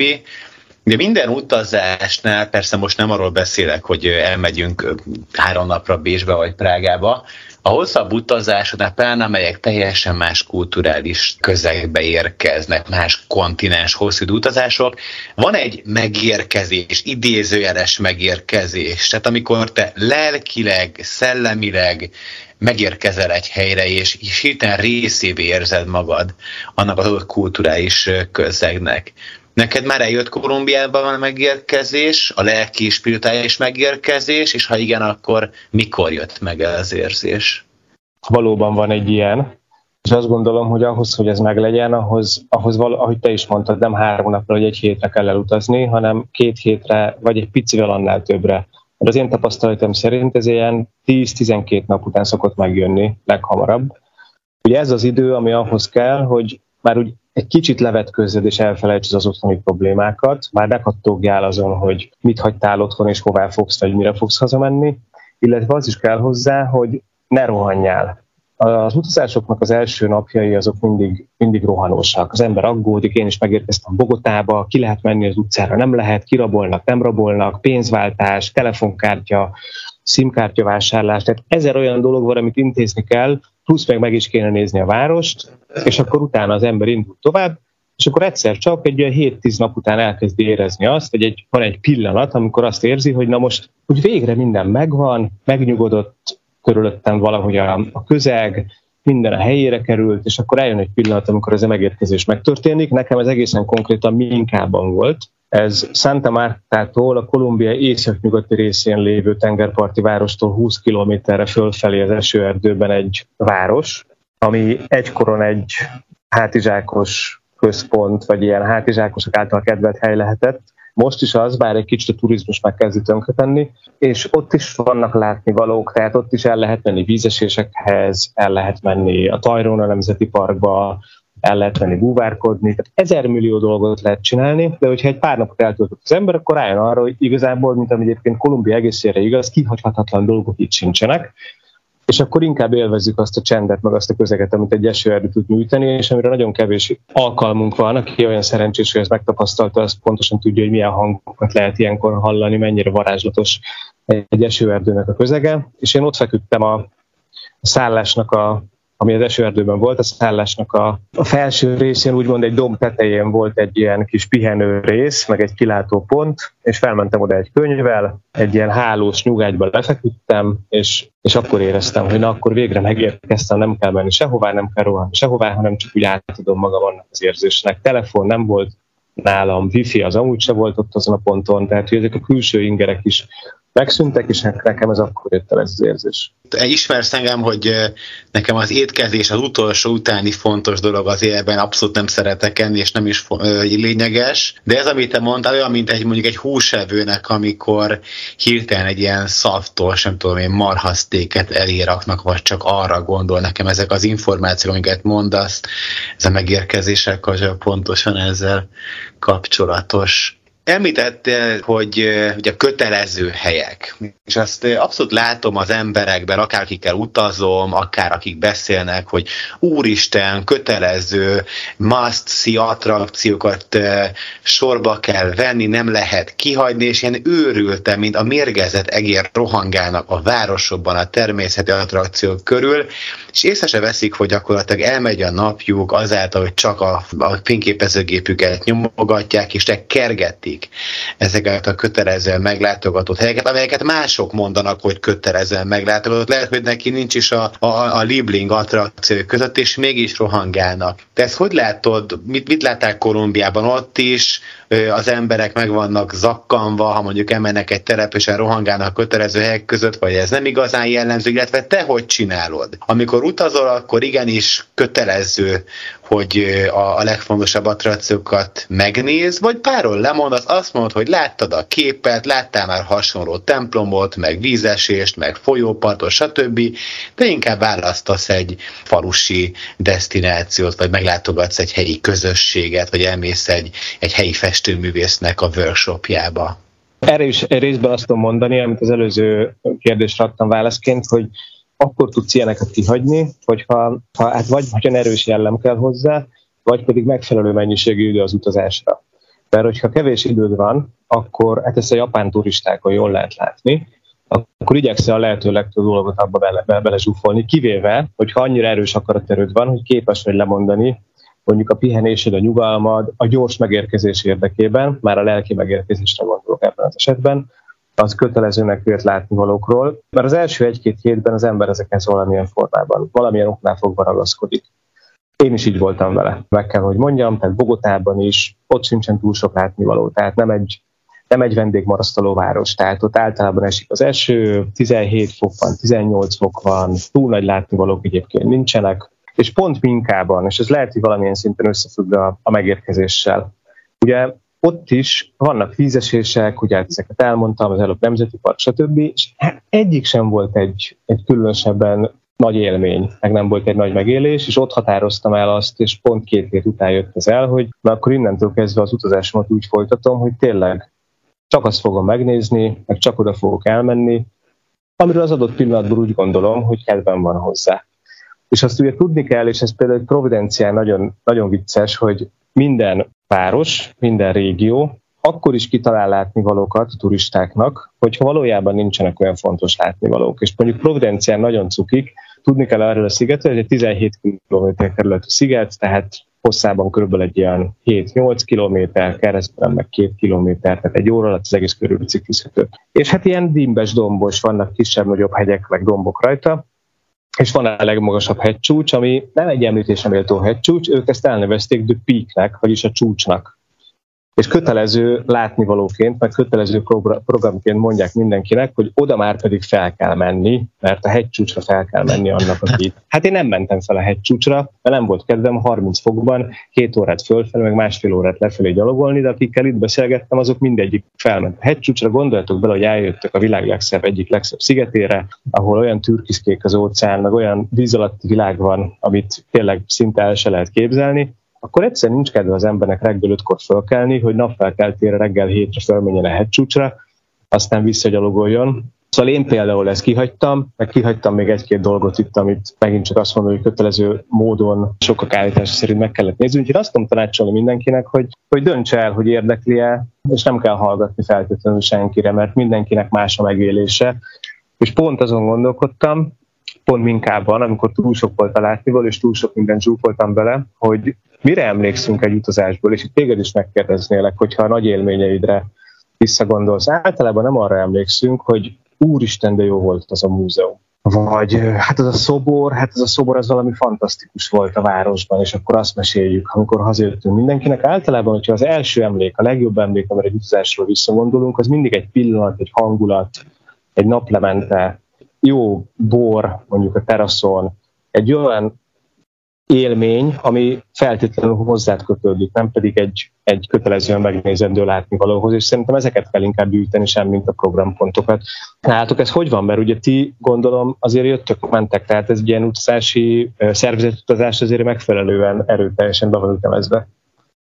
de minden utazásnál, persze most nem arról beszélek, hogy elmegyünk három napra Bécsbe vagy Prágába, a hosszabb utazásodnál, pláne amelyek teljesen más kulturális közegbe érkeznek, más kontinens hosszú utazások, van egy megérkezés, idézőjeles megérkezés. Tehát amikor te lelkileg, szellemileg megérkezel egy helyre, és, és hirtelen részévé érzed magad annak az adott kulturális közegnek. Neked már eljött Kolumbiában a megérkezés, a lelki és spirituális megérkezés, és ha igen, akkor mikor jött meg az érzés? Valóban van egy ilyen, és azt gondolom, hogy ahhoz, hogy ez meglegyen, ahhoz, ahhoz val- ahogy te is mondtad, nem három napra vagy egy hétre kell elutazni, hanem két hétre, vagy egy picivel annál többre. Mert az én tapasztalatom szerint ez ilyen tíz-tizenkét nap után szokott megjönni leghamarabb. Ugye ez az idő, ami ahhoz kell, hogy már úgy egy kicsit levetkőzzed és elfelejtsd az otthoni problémákat, már ne kattogjál azon, hogy mit hagytál otthon és hová fogsz, vagy mire fogsz hazamenni, illetve az is kell hozzá, hogy ne rohanjál. Az utazásoknak az első napjai azok mindig, mindig rohanósak. Az ember aggódik, én is megérkeztem Bogotába, ki lehet menni az utcára, nem lehet, kirabolnak, nem rabolnak, pénzváltás, telefonkártya, szimkártyavásárlás, tehát ezer olyan dolog van, amit intézni kell, plusz meg meg is kéne nézni a várost, és akkor utána az ember indul tovább, és akkor egyszer csak egy olyan hét-tíz nap után elkezdi érezni azt, hogy egy, van egy pillanat, amikor azt érzi, hogy na most úgy végre minden megvan, megnyugodott körülöttem valahogy a, a közeg, minden a helyére került, és akkor eljön egy pillanat, amikor ez a megérkezés megtörténik. Nekem ez egészen konkrétan Minkában volt. Ez Santa Martától, a Kolumbia északnyugati részén lévő tengerparti várostól húsz kilométerre fölfelé az esőerdőben egy város, ami egykoron egy hátizsákos központ, vagy ilyen hátizsákosok által kedvelt hely lehetett. Most is az, bár egy kicsit a turizmus már kezdi tönkretenni, és ott is vannak látnivalók, tehát ott is el lehet menni vízesésekhez, el lehet menni a Tayrona Nemzeti Parkba, el lehet menni búvárkodni, tehát ezer millió dolgot lehet csinálni, de hogyha egy pár napot eltöltött az ember, akkor rájön arra, hogy igazából, mint ami egyébként Kolumbia egészére igaz, kihagyhatatlan dolgok itt sincsenek, és akkor inkább élvezzük azt a csendet, meg azt a közeget, amit egy esőerdő tud nyújtani, és amire nagyon kevés alkalmunk van, aki olyan szerencsés, hogy ezt megtapasztalta, az pontosan tudja, hogy milyen hangokat lehet ilyenkor hallani, mennyire varázslatos egy esőerdőnek a közege, és én ott feküdtem a szállásnak a ami az esőerdőben volt, a szállásnak a, a felső részén, úgymond egy domb tetején volt egy ilyen kis pihenő rész, meg egy kilátópont, és felmentem oda egy könyvvel, egy ilyen hálós nyugágyban lefeküdtem, és, és akkor éreztem, hogy na, akkor végre megérkeztem, nem kell menni sehová, nem kell rohanni sehová, hanem csak úgy átadom magam annak az érzésnek. Telefon nem volt nálam, wifi az amúgy se volt ott azon a ponton, tehát hogy ezek a külső ingerek is megszűntek, és nekem ez akkor jött el ez az érzés. Ismersz engem, hogy nekem az étkezés az utolsó utáni fontos dolog az életben, abszolút nem szeretek enni, és nem is lényeges, de ez, amit te mondtál, olyan, mint egy, mondjuk egy húsevőnek, amikor hirtelen egy ilyen szaftos, nem tudom én, marhasztéket eléraknak, vagy csak arra gondol. Nekem ezek az információk, amiket mondasz, ez a megérkezéssel pontosan ezzel kapcsolatos. Említettél, hogy ugye kötelező helyek, és azt abszolút látom az emberekben, akár akikkel utazom, akár akik beszélnek, hogy úristen, kötelező, must-see attrakciókat sorba kell venni, nem lehet kihagyni, és ilyen őrültem, mint a mérgezett egér rohangálnak a városokban, a természeti attrakciók körül, és észre se veszik, hogy gyakorlatilag elmegy a napjuk azáltal, hogy csak a, a fényképezőgépüket nyomogatják, és te kergetik ezeket a kötelezően meglátogatott helyeket, amelyeket mások mondanak, hogy kötelezően meglátogatott. Lehet, hogy neki nincs is a, a, a Liebling attrakció között, és mégis rohangálnak. Te ezt hogy látod? Mit, mit láttál Kolumbiában? Ott is az emberek meg vannak zakkanva, ha mondjuk emelnek egy településen, rohangálnak a kötelező helyek között, vagy ez nem igazán jellemző, illetve te hogy csinálod? Amikor utazol, akkor igenis kötelező, hogy a, a legfontosabb attrakciókat megnéz, vagy párról lemondasz, azt mondod, hogy láttad a képet, láttál már hasonló templomot, meg vízesést, meg folyópartot, stb., de inkább választasz egy falusi desztinációt, vagy meglátogatsz egy helyi közösséget, vagy elmész egy, egy helyi festőművésznek a workshopjába. Erre is részben azt tudom mondani, amit az előző kérdésre adtam válaszként, hogy akkor tudsz ilyeneket kihagyni, hogyha ha, hát vagy nagyon erős jellem kell hozzá, vagy pedig megfelelő mennyiségű idő az utazásra. Mert hogyha kevés időd van, akkor hát ezt a japán turistákon jól lehet látni, akkor igyekszel a lehető legtöbb dolgot abba bele, bele, bele zsúfolni, kivéve, hogyha annyira erős akaraterőd van, hogy képes vagy lemondani mondjuk a pihenésed, a nyugalmad, a gyors megérkezés érdekében, már a lelki megérkezésre gondolok ebben az esetben, az kötelezőnek vélt látnivalókról, mert az első egy-két hétben az ember ezekhez valamilyen formában, valamilyen oknál fogva ragaszkodik. Én is így voltam vele, meg kell, hogy mondjam, tehát Bogotában is, ott sincsen túl sok látnivaló, tehát nem egy, nem egy vendégmarasztaló város, tehát ott általában esik az eső, tizenhét fok van, tizennyolc fok van, túl nagy látnivalók egyébként nincsenek, és pont Minkában, és ez lehet, hogy valamilyen szinten összefügg a, a megérkezéssel. Ugye ott is vannak vízesések, ugye ezeket elmondtam, az előbb Nemzeti Park, stb. És egyik sem volt egy, egy különösebben nagy élmény, meg nem volt egy nagy megélés, és ott határoztam el azt, és pont két hét után jött ez el, hogy na akkor innentől kezdve az utazásomat úgy folytatom, hogy tényleg csak azt fogom megnézni, meg csak oda fogok elmenni, amiről az adott pillanatban úgy gondolom, hogy kedvem van hozzá. És azt ugye tudni kell, és ez például Providencián nagyon, nagyon vicces, hogy minden város, minden régió akkor is kitalál látnivalókat turistáknak, hogyha valójában nincsenek olyan fontos látnivalók. És mondjuk Providencián nagyon cukik, tudni kell erről a szigetről, hogy egy tizenhét kilométer területű sziget, tehát hosszában körülbelül egy ilyen hét-nyolc kilométer, keresztben meg két kilométer, tehát egy óra alatt az egész körül biciklizhető. És hát ilyen dimbes, dombos, vannak kisebb-nagyobb hegyek, meg dombok rajta, és van a legmagasabb hegycsúcs, ami nem egy említésre méltó hegycsúcs, ők ezt elnevezték The Peaknek, vagyis a csúcsnak. És kötelező látnivalóként, meg kötelező programként mondják mindenkinek, hogy oda már pedig fel kell menni, mert a hegycsúcsra fel kell menni annak, aki... Hát én nem mentem fel a hegycsúcsra, mert nem volt kedvem harminc fokban, két órát fölfelé, meg másfél órát lefelé gyalogolni, de akikkel itt beszélgettem, azok mindegyik felment a hegycsúcsra. Gondoljatok bele, hogy eljöttek a világ legszebb, egyik legszebb szigetére, ahol olyan türkiszkék az óceán, meg olyan víz alatti világ van, amit tényleg szinte el se lehet képzelni, akkor egyszerűen nincs kedve az embernek reggel ötkor fölkelni, hogy napfelkeltére reggel hétre fölmenjen a hegycsúcsra, aztán visszagyalogoljon. Szóval én például ezt kihagytam, meg kihagytam még egy-két dolgot itt, amit megint csak azt mondom, hogy kötelező módon sokak állítása szerint meg kellett nézni. Úgyhogy azt tudom tanácsolni mindenkinek, hogy, hogy döntse el, hogy érdekli-e, és nem kell hallgatni feltétlenül senkire, mert mindenkinek más a megélése. És pont azon gondolkodtam, pont Minkában, amikor túl sok volt a látnivaló, és túl sok mindent zsúfoltam bele, hogy mire emlékszünk egy utazásból, és itt téged is megkérdeznélek, hogyha a nagy élményeidre visszagondolsz. Általában nem arra emlékszünk, hogy úristen, de jó volt az a múzeum. Vagy hát az a szobor, hát az a szobor az valami fantasztikus volt a városban, és akkor azt meséljük, amikor hazajöttünk mindenkinek. Általában, hogyha az első emlék, a legjobb emlék, amire egy utazásról visszagondolunk, az mindig egy pillanat, egy hangulat, egy naplemente, jó bor, mondjuk a teraszon, egy olyan élmény, ami feltétlenül hozzád kötődik, nem pedig egy, egy kötelezően megnézendő látnivalóhoz, és szerintem ezeket kell inkább gyűjteni, sem mint a programpontokat. Látok, ez hogy van? Mert ugye ti, gondolom, azért jöttök, mentek, tehát ez egy ilyen utazási, szervezett utazás azért megfelelően erőteljesen be van ütemezve.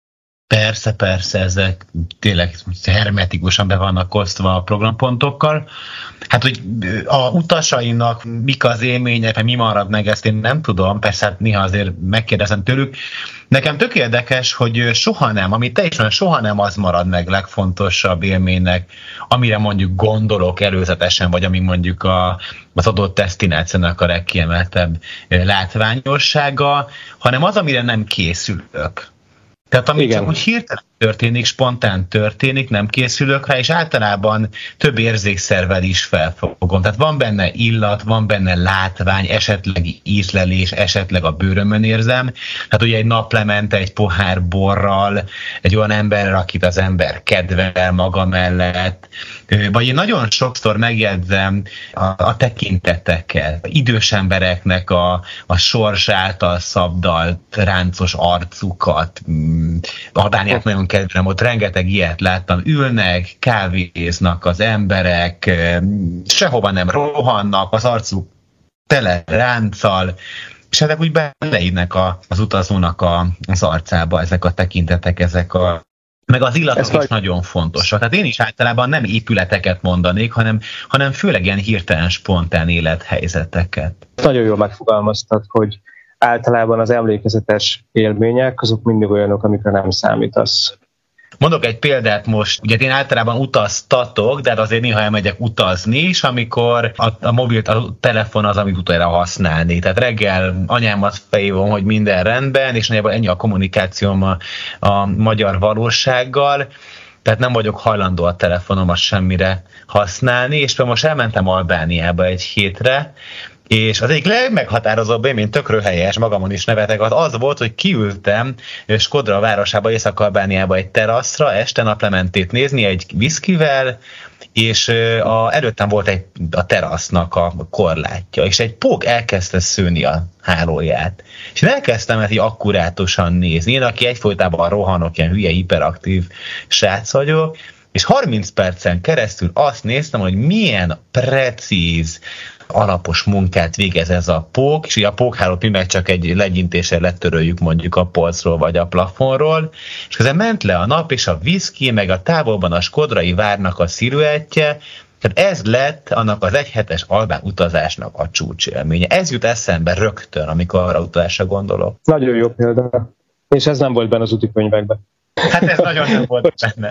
Persze, persze, ezek tényleg hermetikusan be vannak osztva a programpontokkal. Hát, hogy a utasainak mik az élmények, mi marad meg, ezt én nem tudom, persze hát néha azért megkérdezem tőlük. Nekem tök érdekes, hogy soha nem, amit te is mondod, soha nem az marad meg legfontosabb élménynek, amire mondjuk gondolok előzetesen, vagy ami mondjuk a, az adott desztinációnak a legkiemeltebb látványossága, hanem az, amire nem készülök. Tehát ami csak úgy hirtelen történik, spontán történik, nem készülök rá, és általában több érzékszervel is felfogom. Tehát van benne illat, van benne látvány, esetleg ízlelés, esetleg a bőrömön érzem. Hát ugye egy naplemente egy pohár borral, egy olyan emberrel, akit az ember kedvel maga mellett, vagy én nagyon sokszor megjegyzem a, a tekintetekkel, idős embereknek a, a sors által szabdalt ráncos arcukat, Albániát nagyon kedvelem, ott rengeteg ilyet láttam, ülnek, kávéznak az emberek, sehova nem rohannak, az arcuk tele ránccal, és ezek úgy beleírnek a, az utazónak a, az arcába, ezek a tekintetek, ezek a meg az illatok Ez is vagy... nagyon fontosak. Tehát én is általában nem épületeket mondanék, hanem, hanem főleg ilyen hirtelen, spontán élethelyzeteket. Nagyon jól megfogalmaztad, hogy általában az emlékezetes élmények, azok mindig olyanok, amikre nem számítasz. Mondok egy példát most, ugye én általában utaztatok, de azért néha elmegyek utazni is, amikor a, a mobil, a telefon az, amit utoljára használni. Tehát reggel anyámat fejvom, hogy minden rendben, és nagyjából ennyi a kommunikációm a, a magyar valósággal, tehát nem vagyok hajlandó a telefonomat semmire használni, és most elmentem Albániába egy hétre, és az egyik legmeghatározóbb élmény, tök röhelyes, magamon is nevetek, az az volt, hogy kiültem Shkodra városába, Észak-Albániába egy teraszra, este naplementét nézni egy viszkivel, és a, előttem volt egy, a terasznak a korlátja, és egy pók elkezdte szőni a hálóját. És én elkezdtem ezt így akkurátusan nézni. Én, aki egyfolytában rohanok, ilyen hülye, hiperaktív srác vagyok, és harminc percen keresztül azt néztem, hogy milyen precíz, alapos munkát végez ez a pók, és ugye a pókhálót mi meg csak egy legyintéssel letöröljük mondjuk a polcról vagy a plafonról, és közben ment le a nap, és a viszki, meg a távolban a Shkodrai várnak a sziluettje, tehát ez lett annak az egyhetes albán utazásnak a csúcsélménye. Ez jut eszembe rögtön, amikor arra utazásra gondolok. Nagyon jó példa. És ez nem volt benne az útikönyvekben. Hát ez nagyon nem volt benne.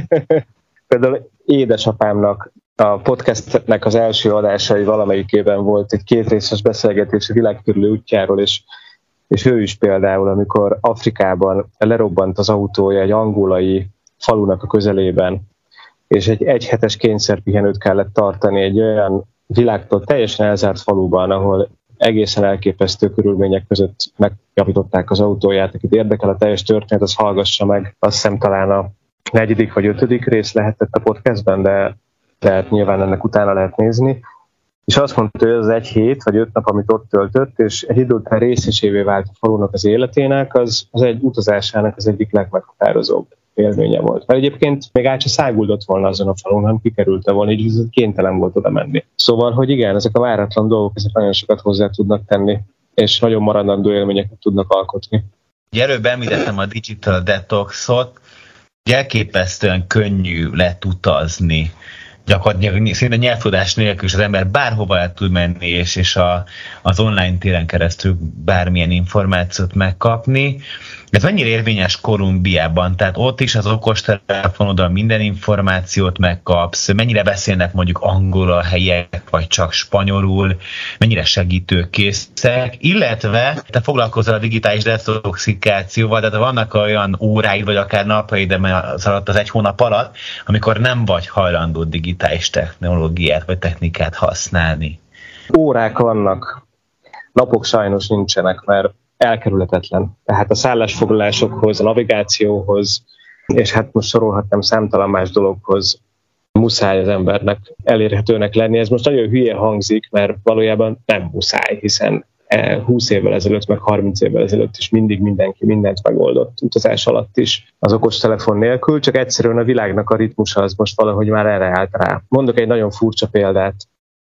Például édesapámnak a podcastnek az első adásai valamelyikében volt egy kétrészes beszélgetés a világ körüli útjáról, és, és ő is például, amikor Afrikában lerobbant az autója egy angolai falunak a közelében, és egy egyhetes kényszerpihenőt kellett tartani egy olyan világtól teljesen elzárt faluban, ahol egészen elképesztő körülmények között megjavították az autóját. Akit érdekel a teljes történet, az hallgassa meg. Azt hiszem talán a negyedik vagy ötödik rész lehetett a podcastben, de tehát nyilván ennek utána lehet nézni. És azt mondta, hogy az egy hét vagy öt nap, amit ott töltött, és egy idő után részesévé vált a falunak az életének, az, az egy utazásának az egyik legmeghatározóbb élménye volt. Mert egyébként még át se száguldott volna azon a falun, hanem kikerülte volna, így kénytelen volt oda menni. Szóval, hogy igen, ezek a váratlan dolgok, ezek nagyon sokat hozzá tudnak tenni, és nagyon maradandó élményeket tudnak alkotni. Előbb említettem a Digital Detoxot, elképesztően könnyű lett utazni. Gyakorlatilag szinte nyelvtudás nélkül is az ember bárhova el tud menni, és, és a, az online téren keresztül bármilyen információt megkapni. Ez mennyire érvényes Kolumbiában? Tehát ott is az okostelefonodon minden információt megkapsz, mennyire beszélnek mondjuk angol a helyiek, vagy csak spanyolul, mennyire segítőkészek, illetve te foglalkozol a digitális detoxikációval, tehát vannak olyan óráid, vagy akár napaid, de az alatt az egy hónap alatt, amikor nem vagy hajlandó digitális technológiát, vagy technikát használni. Órák vannak, napok sajnos nincsenek, mert elkerülhetetlen. Tehát a szállásfoglalásokhoz, a navigációhoz, és hát most sorolhatnám számtalan más dologhoz muszáj az embernek elérhetőnek lenni. Ez most nagyon hülye hangzik, mert valójában nem muszáj, hiszen húsz évvel ezelőtt, meg harminc évvel ezelőtt is mindig mindenki mindent megoldott utazás alatt is az okostelefon nélkül, csak egyszerűen a világnak a ritmusa az most valahogy már erre állt rá. Mondok egy nagyon furcsa példát,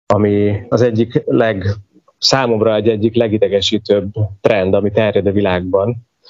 ami az egyik leg, számomra egy egyik legidegesítőbb trend, ami terjed a világban.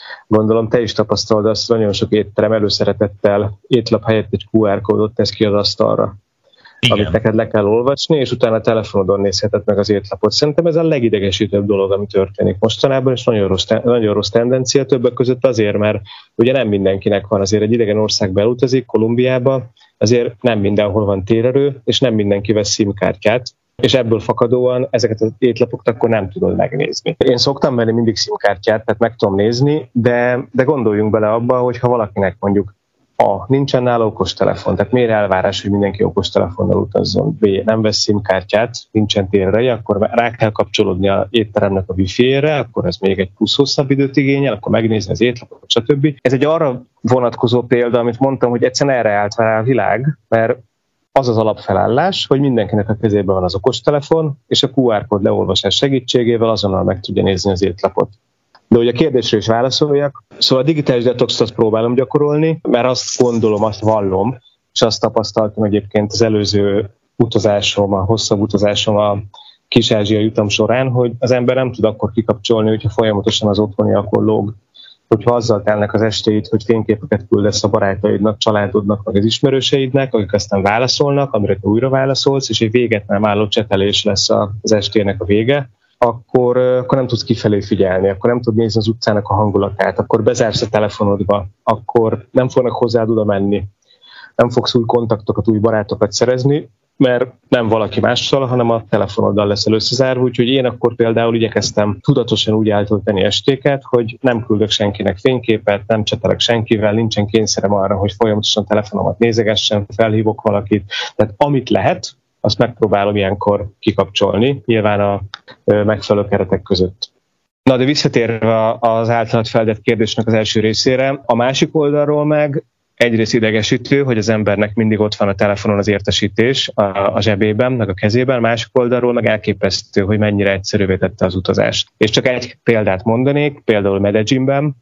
Gondolom te is tapasztalod azt, nagyon sok étterem előszeretettel étlap helyett egy kú er kódot tesz ki az asztalra. Igen. Amit neked le kell olvasni, és utána a telefonodon nézheted meg az étlapot. Szerintem ez a legidegesítőbb dolog, ami történik mostanában, és nagyon rossz, nagyon rossz tendencia többek között azért, mert ugye nem mindenkinek van, azért egy idegen országba elutazik, Kolumbiába, azért nem mindenhol van térerő, és nem mindenki vesz SIM-kártyát, és ebből fakadóan ezeket az étlapokat akkor nem tudod megnézni. Én szoktam venni mindig SIM-kártyát, tehát meg tudom nézni, de, de gondoljunk bele abba, hogy ha valakinek mondjuk A. nincsen nála okostelefon, tehát miért elvárás, hogy mindenki okostelefonnal utazzon? B. nem vesz SIM-kártyát, nincsen téreje, akkor rá kell kapcsolódni az étteremnek a wifi-ére, akkor ez még egy plusz hosszabb időt igényel, akkor megnézni az étlapot, stb. Ez egy arra vonatkozó példa, amit mondtam, hogy egyszerűen erre állt rá a világ, mert az az alapfelállás, hogy mindenkinek a kezében van az okostelefon, és a kú er kód leolvasás segítségével azonnal meg tudja nézni az étlapot. De hogy a kérdésre is válaszoljak, szóval a digitális detoxot próbálom gyakorolni, mert azt gondolom, azt vallom, és azt tapasztaltam egyébként az előző utazásom, a hosszabb utazásom a Kis-Ázsiai utam során, hogy az ember nem tud akkor kikapcsolni, hogyha folyamatosan az otthoniakon lóg. Hogyha azzal telnek az estéid, hogy fényképeket küldesz a barátaidnak, családodnak, vagy az ismerőseidnek, akik aztán válaszolnak, amire te újra válaszolsz, és egy véget nem álló csetelés lesz az estének a vége, akkor, akkor nem tudsz kifelé figyelni, akkor nem tudsz nézni az utcának a hangulatát, akkor bezársz a telefonodba, akkor nem fognak hozzád oda menni, nem fogsz új kontaktokat, új barátokat szerezni, mert nem valaki mással, hanem a telefonoddal leszel összezárva, úgyhogy én akkor például igyekeztem tudatosan úgy eltölteni estéket, hogy nem küldök senkinek fényképet, nem csetelek senkivel, nincsen kényszerem arra, hogy folyamatosan telefonomat nézegessen, felhívok valakit, tehát amit lehet, azt megpróbálom ilyenkor kikapcsolni, nyilván a megfelelő keretek között. Na de visszatérve az általad feltett kérdésnek az első részére, a másik oldalról meg egyrészt idegesítő, hogy az embernek mindig ott van a telefonon az értesítés a zsebében, meg a kezében, a másik oldalról meg elképesztő, hogy mennyire egyszerűvé tette az utazást. És csak egy példát mondanék, például Medellinben,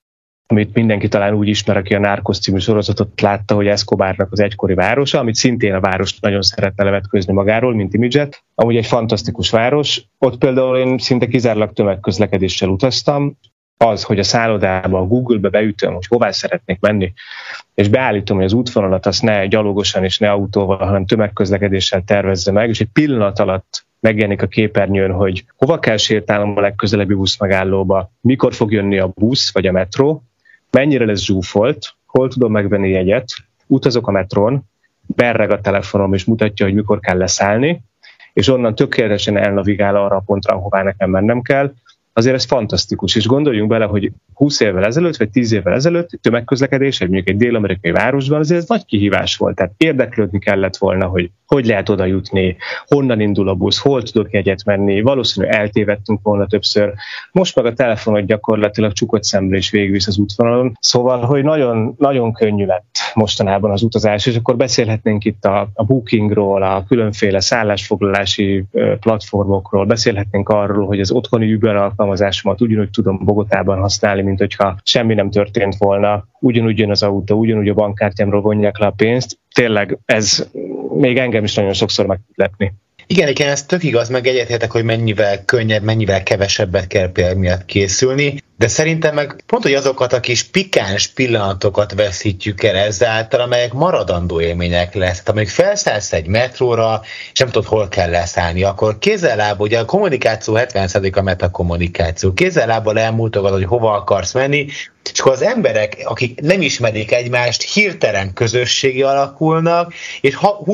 amit mindenki talán úgy ismer, aki a Narcos című sorozatot látta, hogy Escobarnak az egykori városa, amit szintén a város nagyon szeretne levetközni magáról, mint imidzset. Amúgy egy fantasztikus város. Ott például én szinte kizárólag tömegközlekedéssel utaztam. Az, hogy a szállodába, a Google-be beütöm, hogy hová szeretnék menni, és beállítom, hogy az útvonalat azt ne gyalogosan és ne autóval, hanem tömegközlekedéssel tervezze meg, és egy pillanat alatt megjelenik a képernyőn, hogy hova kell sétálnom a legközelebbi buszmegállóba, mikor fog jönni a busz vagy a metró, mennyire lesz zsúfolt, hol tudom megvenni jegyet, utazok a metrón, berreg a telefonom és mutatja, hogy mikor kell leszállni, és onnan tökéletesen elnavigál arra a pontra, ahová nekem mennem kell. Azért ez fantasztikus, és gondoljunk bele, hogy húsz évvel ezelőtt, vagy tíz évvel ezelőtt tömegközlekedés, egy mondjuk egy dél-amerikai városban, azért ez nagy kihívás volt. Tehát érdeklődni kellett volna, hogy hogy lehet oda jutni, honnan indul a busz, hol tudok jegyet menni, valószínűleg eltévedtünk volna többször. Most meg a telefonod gyakorlatilag csukott szemre is végigvisz az útvonalon. Szóval, hogy nagyon, nagyon könnyű lett mostanában az utazás, és akkor beszélhetnénk itt a, a bookingról, a különféle szállásfoglalási platformokról, beszélhetnénk arról, hogy az otthoni Uber alkalmazásomat ugyanúgy tudom Bogotában használni, mint hogyha semmi nem történt volna, ugyanúgy jön az autó, ugyanúgy a bankkártyámról vonják le a pénzt. Tényleg ez még engem is nagyon sokszor meg tud lepni. Igen, igen, ez tök igaz, meg egyetértek, hogy mennyivel könnyebb, mennyivel kevesebbet kell például miatt készülni, de szerintem meg pont, hogy azokat a kis pikáns pillanatokat veszítjük el ezáltal, amelyek maradandó élmények lesz. Tehát amelyik felszállsz egy metróra, és nem tudod, hol kell leszállni, akkor kézzel-lábbal, ugye a kommunikáció hetven százaléka a metakommunikáció, kézzel-lábbal elmúltogod, hogy hova akarsz menni, és akkor az emberek, akik nem ismerik egymást, hirtelen közösségi alakulnak, és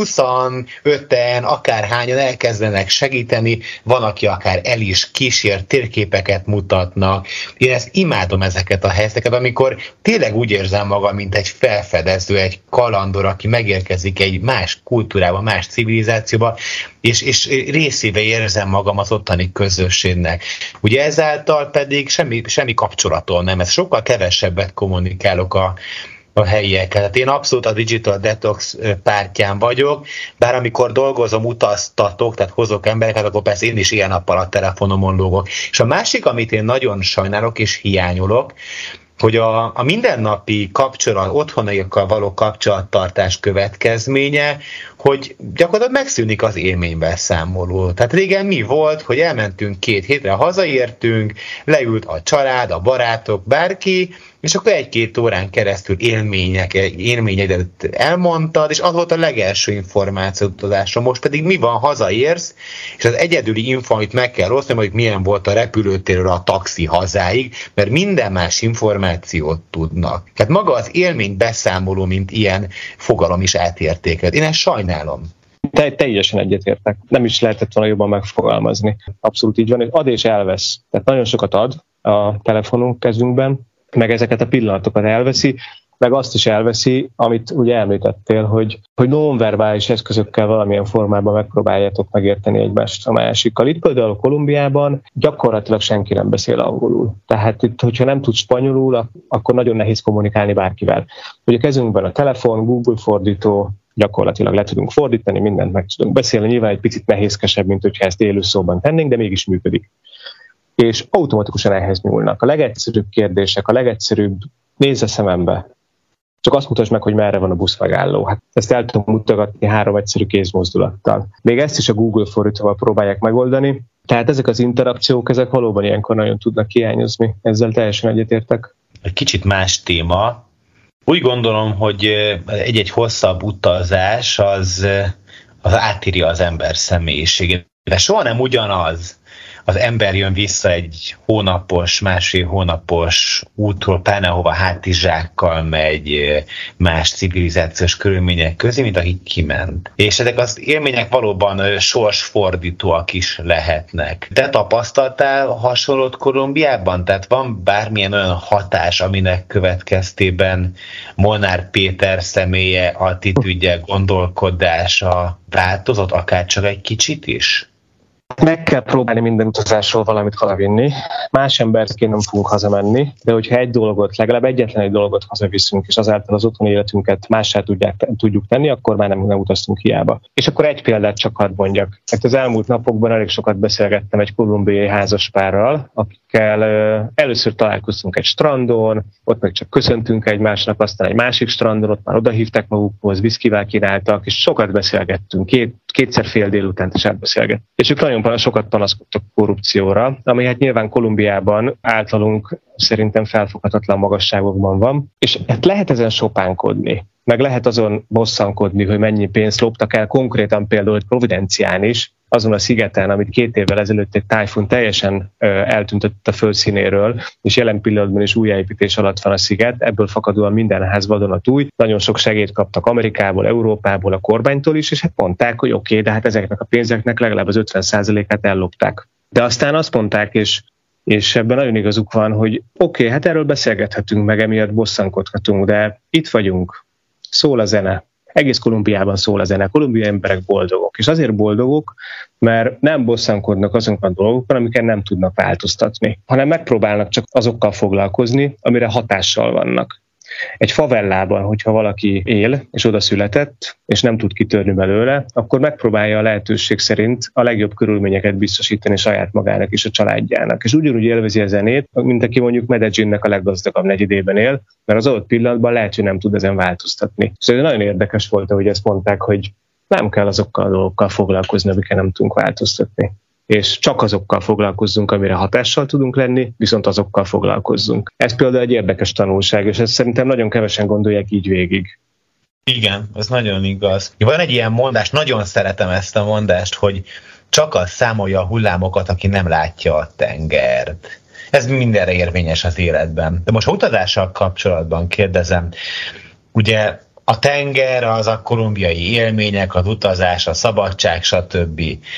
huszonöten, akárhányan elkezdenek segíteni, van, aki akár el is kísér, térképeket mutatnak. Én ezt imádom, ezeket a helyzeteket, amikor tényleg úgy érzem magam, mint egy felfedező, egy kalandor, aki megérkezik egy más kultúrába, más civilizációba, és, és részébe érzem magam az ottani közösségnek. Ugye ezáltal pedig semmi, semmi kapcsolatom nem, ez sokkal kevesebbet kommunikálok a, a helyiekkel. Tehát én abszolút a Digital Detox pártján vagyok, bár amikor dolgozom, utaztatok, tehát hozok embereket, akkor persze én is ilyen nappal a telefonomon lógok. És a másik, amit én nagyon sajnálok és hiányolok, hogy a, a mindennapi kapcsolat, otthonaiakkal való kapcsolattartás következménye, hogy gyakorlatilag megszűnik az élménybeszámoló. Tehát régen mi volt, hogy elmentünk két hétre, hazaértünk, leült a család, a barátok, bárki, és akkor egy-két órán keresztül élmények, élményedet elmondtad, és az volt a legelső információ utazásra. Most pedig mi van, hazaérsz, és az egyedüli info, amit meg kell osztani, hogy milyen volt a repülőtérről a taxi hazáig, mert minden más információt tudnak. Tehát maga az élménybeszámoló, mint ilyen fogalom is átértékelt. Én ezt sajnálom. Te, teljesen egyetértek. Nem is lehetett volna jobban megfogalmazni. Abszolút így van, hogy ad és elvesz. Tehát nagyon sokat ad a telefonunk kezünkben, meg ezeket a pillanatokat elveszi, meg azt is elveszi, amit ugye említettél, hogy, hogy nonverbális eszközökkel valamilyen formában megpróbáljátok megérteni egymást a másikkal. Itt például Kolumbiában gyakorlatilag senki nem beszél angolul. Tehát itt, hogyha nem tud spanyolul, akkor nagyon nehéz kommunikálni bárkivel. Ugye a kezünkben a telefon, Google fordító, gyakorlatilag le tudunk fordítani, mindent meg tudunk beszélni. Nyilván egy picit nehézkesebb, mint hogyha ezt élő szóban tennénk, de mégis működik. És automatikusan ehhez nyúlnak. A legegyszerűbb kérdések, a legegyszerűbb, nézz a szemembe. Csak azt mutasd meg, hogy merre van a buszmegálló. Hát ezt el tudom mutatni három egyszerű kézmozdulattal. Még ezt is a Google fordítóval próbálják megoldani. Tehát ezek az interakciók, ezek valóban ilyenkor nagyon tudnak hiányozni. Ezzel teljesen egyetértek. Egy kicsit más téma. Úgy gondolom, hogy egy-egy hosszabb utazás az, az átírja az ember személyiségét. De soha nem ugyanaz. Az ember jön vissza egy hónapos, másfél hónapos útról, pláne ahova hátizsákkal megy más civilizációs körülmények közé, mint aki kiment. És ezek az élmények valóban sorsfordítóak is lehetnek. Te tapasztaltál hasonlót Kolumbiában? Tehát van bármilyen olyan hatás, aminek következtében Molnár Péter személye, attitűdje, gondolkodása változott, akár csak egy kicsit is? Meg kell próbálni minden utazásról valamit hazavinni. Más emberként nem fogunk hazamenni, de hogyha egy dolgot, legalább egyetlen egy dolgot hazaviszünk, és azáltal az otthoni életünket mássá tudják, tudjuk tenni, akkor már nem, nem utaztunk hiába. És akkor egy példát csak hadd mondjak. Hát az elmúlt napokban elég sokat beszélgettem egy kolumbiai házaspárral, akikkel uh, először találkoztunk egy strandon, ott meg csak köszöntünk egymásnak, aztán egy másik strandon, ott már odahívták magukhoz, viszkivel kínáltak, és sokat beszélgettünk, két, kétszer fél délutánt is elbeszélgettünk. És ők nagyon sokat panaszkodtak korrupcióra, ami hát nyilván Kolumbiában általunk szerintem felfoghatatlan magasságokban van, és hát lehet ezen sopánkodni, meg lehet azon bosszankodni, hogy mennyi pénzt loptak el konkrétan például egy Providencián is, azon a szigeten, amit két évvel ezelőtt egy tájfun teljesen eltüntött a földszínéről, és jelen pillanatban is újjáépítés alatt van a sziget, ebből fakadóan minden ház vadonatúj. Nagyon sok segélyt kaptak Amerikából, Európából, a kormánytól is, és hát mondták, hogy oké, okay, de hát ezeknek a pénzeknek legalább az ötven százalékát ellopták. De aztán azt mondták, és, és ebben nagyon igazuk van, hogy oké, okay, hát erről beszélgethetünk, meg emiatt bosszankodhatunk, de itt vagyunk, szól a zene. Egész Kolumbiában szól a zene, kolumbiai emberek boldogok. És azért boldogok, mert nem bosszankodnak azokon a dolgokon, amiket nem tudnak változtatni, hanem megpróbálnak csak azokkal foglalkozni, amire hatással vannak. Egy favellában, hogyha valaki él, és oda született, és nem tud kitörni belőle, akkor megpróbálja a lehetőség szerint a legjobb körülményeket biztosítani saját magának és a családjának. És ugyanúgy élvezi a zenét, mint aki mondjuk Medellinnek a leggazdagabb negyedében él, mert az adott pillanatban lehet, hogy nem tud ezen változtatni. Szóval nagyon érdekes volt, hogy ezt mondták, hogy nem kell azokkal a dolgokkal foglalkozni, amiket nem tudunk változtatni. És csak azokkal foglalkozzunk, amire hatással tudunk lenni, viszont azokkal foglalkozzunk. Ez például egy érdekes tanulság, és ezt szerintem nagyon kevesen gondolják így végig. Igen, ez nagyon igaz. Van egy ilyen mondás, nagyon szeretem ezt a mondást, hogy csak az számolja a hullámokat, aki nem látja a tengert. Ez mindenre érvényes az életben. De most a utazással kapcsolatban kérdezem, ugye a tenger, az a kolumbiai élmények, az utazás, a szabadság, stb.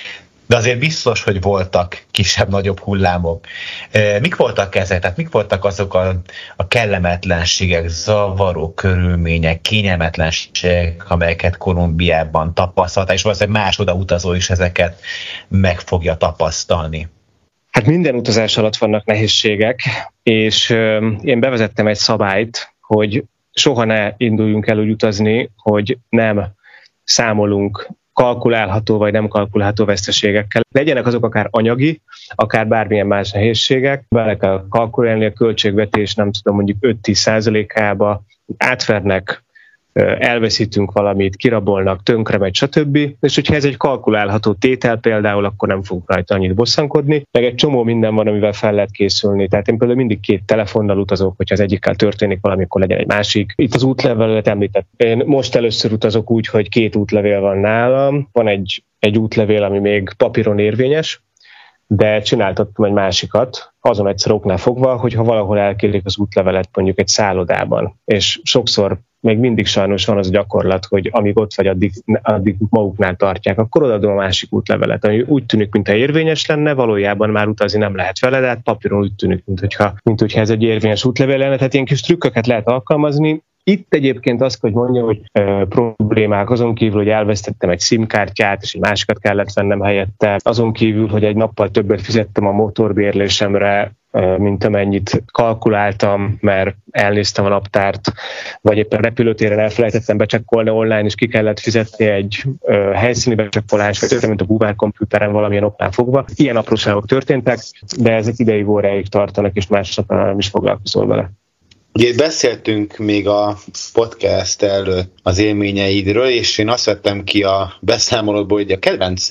De azért biztos, hogy voltak kisebb-nagyobb hullámok. Mik voltak ezek? Tehát mik voltak azok a, a kellemetlenségek, zavaró körülmények, kényelmetlenségek, amelyeket Kolumbiában tapasztalt, és valószínűleg más oda utazó is ezeket meg fogja tapasztalni? Hát minden utazás alatt vannak nehézségek, és én bevezettem egy szabályt, hogy soha ne induljunk el úgy utazni, hogy nem számolunk kalkulálható vagy nem kalkulálható veszteségekkel. Legyenek azok akár anyagi, akár bármilyen más nehézségek, bele kell kalkulálni a költségvetés, nem tudom, mondjuk öt-tíz százalékába, átvernek, elveszítünk valamit, kirabolnak, tönkre megy, stb. És hogyha ez egy kalkulálható tétel például, akkor nem fogunk rajta annyit bosszankodni. Meg egy csomó minden van, amivel fel lehet készülni. Tehát én például mindig két telefonnal utazok, hogyha az egyikkel történik valami, akkor legyen egy másik. Itt az útlevelet említett. Én most először utazok úgy, hogy két útlevél van nálam. Van egy, egy útlevél, ami még papíron érvényes, de csináltattam egy másikat, azon egyszer oknál fogva, hogyha valahol elkérik az útlevelet mondjuk egy szállodában, és sokszor még mindig sajnos van az a gyakorlat, hogy amíg ott vagy, addig, addig maguknál tartják, akkor odaadom a másik útlevelet, ami úgy tűnik, mintha érvényes lenne, valójában már utazni nem lehet vele, de hát papíron úgy tűnik, mintha, mint hogyha ez egy érvényes útlevél lenne, tehát ilyen kis trükköket lehet alkalmazni. Itt egyébként azt, hogy mondja, hogy e, problémák azon kívül, hogy elvesztettem egy SIM-kártyát, és egy másikat kellett vennem helyette, azon kívül, hogy egy nappal többet fizettem a motorbérlésemre, e, mint amennyit kalkuláltam, mert elnéztem a naptárt, vagy éppen repülőtéren elfelejtettem becsekkolni online, és ki kellett fizetni egy e, helyszíni becsekkolás, vagy olyan, mint a búvárkompjúteren valamilyen oknál fogva. Ilyen apróságok történtek, de ezek ideig óráig tartanak, és másnap nem is foglalkozol vele. Ugye beszéltünk még a podcast előtt az élményeidről, és én azt vettem ki a beszámolóból, hogy a kedvenc,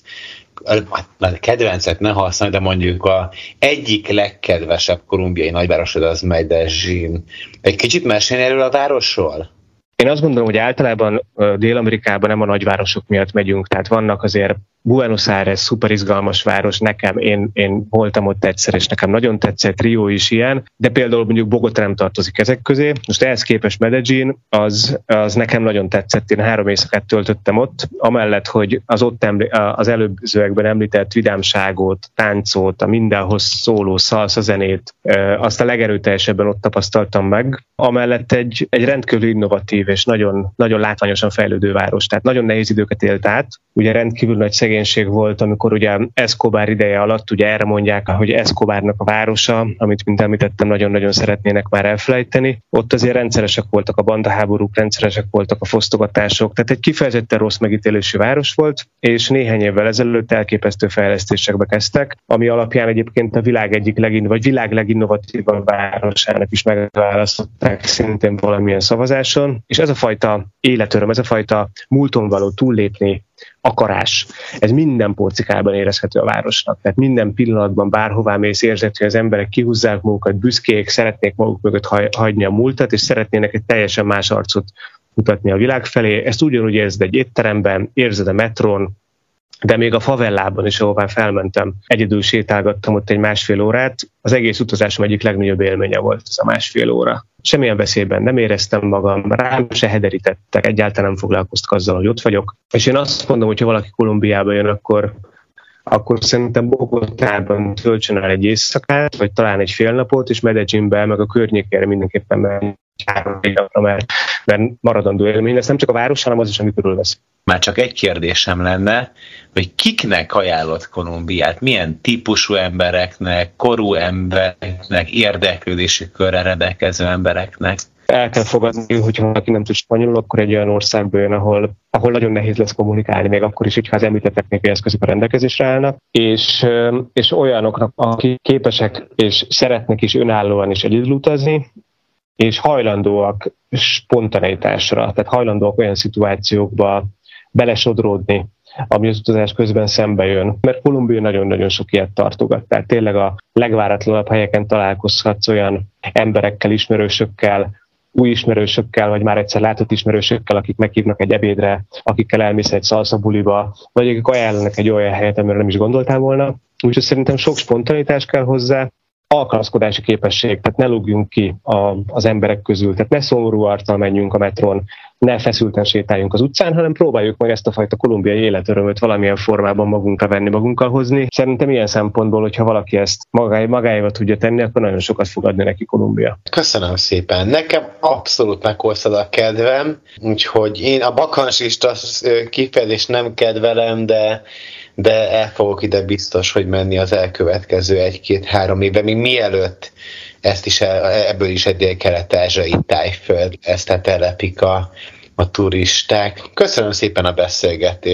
a kedvencet ne használj, de mondjuk a egyik legkedvesebb kolumbiai nagyvárosod az Medellín. Egy kicsit mesélj erről a városról? Én azt gondolom, hogy általában Dél-Amerikában nem a nagyvárosok miatt megyünk, tehát vannak azért Buenos Aires, szuper izgalmas város, nekem, én, én voltam ott egyszer, és nekem nagyon tetszett, Rio is ilyen, de például mondjuk Bogotá nem tartozik ezek közé. Most ehhez képest Medellín, az, az nekem nagyon tetszett, én három éjszakát töltöttem ott, amellett, hogy az ott eml- az előzőekben említett vidámságot, táncot, a mindenhoz szóló szalsza zenét, azt a legerőteljesebben ott tapasztaltam meg, amellett egy, egy rendkívül innovatív és nagyon, nagyon látványosan fejlődő város, tehát nagyon nehéz időket élt át, ugye rendkívül nagy szegénység volt, amikor ugye Escobar ideje alatt, ugye erre mondják, hogy Escobarnak a városa, amit mint említettem, nagyon-nagyon szeretnének már elfelejteni. Ott azért rendszeresek voltak a bandaháborúk, rendszeresek voltak a fosztogatások, tehát egy kifejezetten rossz megítélésű város volt, és néhány évvel ezelőtt elképesztő fejlesztésekbe kezdtek, ami alapján egyébként a világ egyik legin, vagy világ leginnovatívabb városának is megválasztották szintén valamilyen szavazáson, és ez a fajta életöröm, ez a fajta múlton való túllépni akarás, ez minden porcikában érezhető a városnak. Tehát minden pillanatban bárhová mész, érzed, hogy az emberek kihúzzák magukat, büszkék, szeretnék maguk mögött hagyni a múltat, és szeretnének egy teljesen más arcot mutatni a világ felé. Ezt ugyanúgy érzed egy étteremben, érzed a metrón, de még a favellában is, ahová felmentem, egyedül sétálgattam ott egy másfél órát, az egész utazásom egyik legnagyobb élménye volt ez a másfél óra. Semmilyen veszélyben nem éreztem magam, rám se hederítettek, egyáltalán nem foglalkoztak azzal, hogy ott vagyok. És én azt mondom, hogy ha valaki Kolumbiába jön, akkor, akkor szerintem Bogotában töltsön el egy éjszakát, vagy talán egy fél napot, és Medellínbe, meg a környékére mindenképpen menni három napra, mert, mert maradandó élmény lesz, nem csak a város, hanem az is, ami körülvesz. Már csak egy kérdésem lenne, hogy kiknek ajánlott Kolumbiát? Milyen típusú embereknek, korú embereknek, érdeklődési körrel rendelkező embereknek? El kell fogadni, hogyha valaki nem tud spanyolul, akkor egy olyan országba jön, ahol, ahol nagyon nehéz lesz kommunikálni, még akkor is, hogyha az említett technikai eszközök a rendelkezésre állnak, és, és olyanoknak, akik képesek és szeretnek is önállóan is egyedül utazni, és hajlandóak spontaneitásra, tehát hajlandóak olyan szituációkba belesodródni, ami az utazás közben szembe jön. Mert Kolumbia nagyon-nagyon sok ilyet tartogat. Tehát tényleg a legváratlanabb helyeken találkozhatsz olyan emberekkel, ismerősökkel, új ismerősökkel, vagy már egyszer látott ismerősökkel, akik meghívnak egy ebédre, akikkel elmész egy szalsza buliba, vagy akik ajánlanak egy olyan helyet, amire nem is gondoltál volna. Úgyhogy szerintem sok spontanitás kell hozzá, alkalmazkodási képesség, tehát ne lógjunk ki a, az emberek közül, tehát ne szomorú arccal menjünk a metrón, ne feszülten sétáljunk az utcán, hanem próbáljuk meg ezt a fajta kolumbiai életörömöt valamilyen formában magunkra venni, magunkkal hozni. Szerintem ilyen szempontból, hogyha valaki ezt magáé, magáéval tudja tenni, akkor nagyon sokat fog adni neki Kolumbia. Köszönöm szépen. Nekem abszolút meghoztad a kedvem, úgyhogy én a bakansista kifejezést nem kedvelem, de de el fogok ide biztos, hogy menni az elkövetkező egy-két-három évben, még mielőtt ezt is el, ebből is egy dél-kelet-ázsiai tájföld, ezt telepik a, a turisták. Köszönöm szépen a beszélgetést.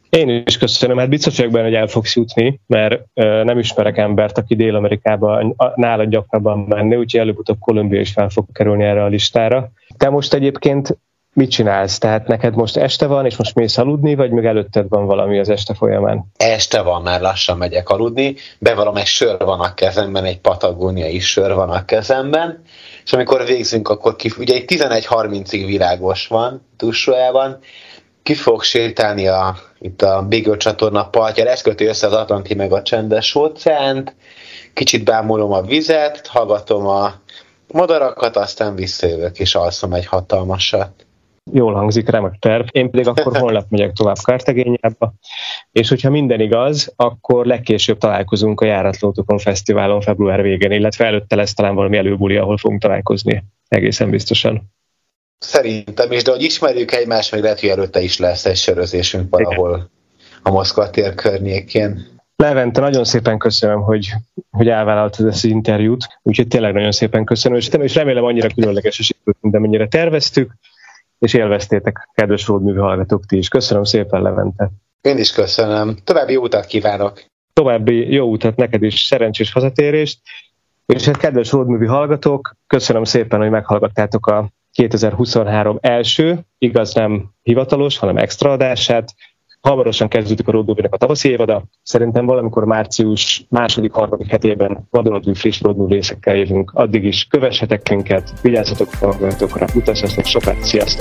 Én is köszönöm, hát biztos vagyok benne, hogy el fogsz jutni, mert uh, nem ismerek embert, aki Dél-Amerikában nálad gyakrabban menni, úgyhogy előbb-utóbb Kolumbia is fel fog kerülni erre a listára. Te most egyébként mit csinálsz? Tehát neked most este van, és most mész aludni, vagy még előtted van valami az este folyamán? Este van, már lassan megyek aludni. Bevallom, egy sör van a kezemben, egy patagóniai sör van a kezemben, és amikor végzünk, akkor kif- ugye egy tizenegy harmincig világos van Ushuaiában, ki fogok sétálni a, itt a Beagle csatorna partjára, ez köti össze az Atlanti meg a Csendes óceánt, kicsit bámulom a vizet, hallgatom a madarakat, aztán visszajövök és alszom egy hatalmasat. Jól hangzik, remek terv. Én pedig akkor holnap megyek tovább Cartagénába, és hogyha minden igaz, akkor legkésőbb találkozunk a Járatlótokon Fesztiválon február végén, illetve előtte lesz talán valami előbuli, ahol fogunk találkozni. Egészen biztosan. Szerintem is, de hogy ismerjük egymást, meg lehet, hogy előtte is lesz egy sörözésünk valahol igen. A Moszkva tér környékén. Levente, nagyon szépen köszönöm, hogy, hogy elvállaltad ezt az interjút, úgyhogy tényleg nagyon szépen köszönöm, és remélem annyira különleges esélyt, mint amennyire terveztük, és élveztétek, kedves Roadmovie hallgatók, ti is. Köszönöm szépen, Levente. Én is köszönöm. További jó utat kívánok. További jó utat neked is, szerencsés hazatérést. És hát kedves Roadmovie hallgatók, köszönöm szépen, hogy meghallgattátok a kétezer-huszonhárom első, igaz nem hivatalos, hanem extra adását. Hamarosan kezdődik a Roadmovie-nek a tavaszi évada. Szerintem valamikor március második, harmadik hetében vadonatúj friss Roadmovie részekkel jövünk. Addig is kövessetek minket, vigyázzatok magatokra, utazzatok sokat, sziasztok!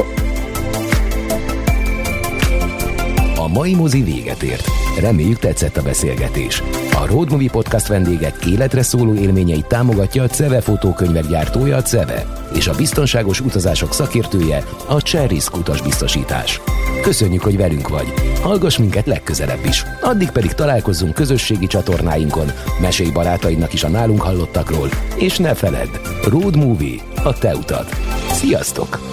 A mai mozi véget ért. Reméljük tetszett a beszélgetés. A Road Movie Podcast vendégek életre szóló élményeit támogatja a Ceve fotókönyvek gyártója, a Ceve, és a biztonságos utazások szakértője, a Cserrisk utasbiztosítás. Köszönjük, hogy velünk vagy. Hallgass minket legközelebb is. Addig pedig találkozzunk közösségi csatornáinkon, mesélj barátaidnak is a nálunk hallottakról, és ne feledd, Road Movie, a te utad. Sziasztok!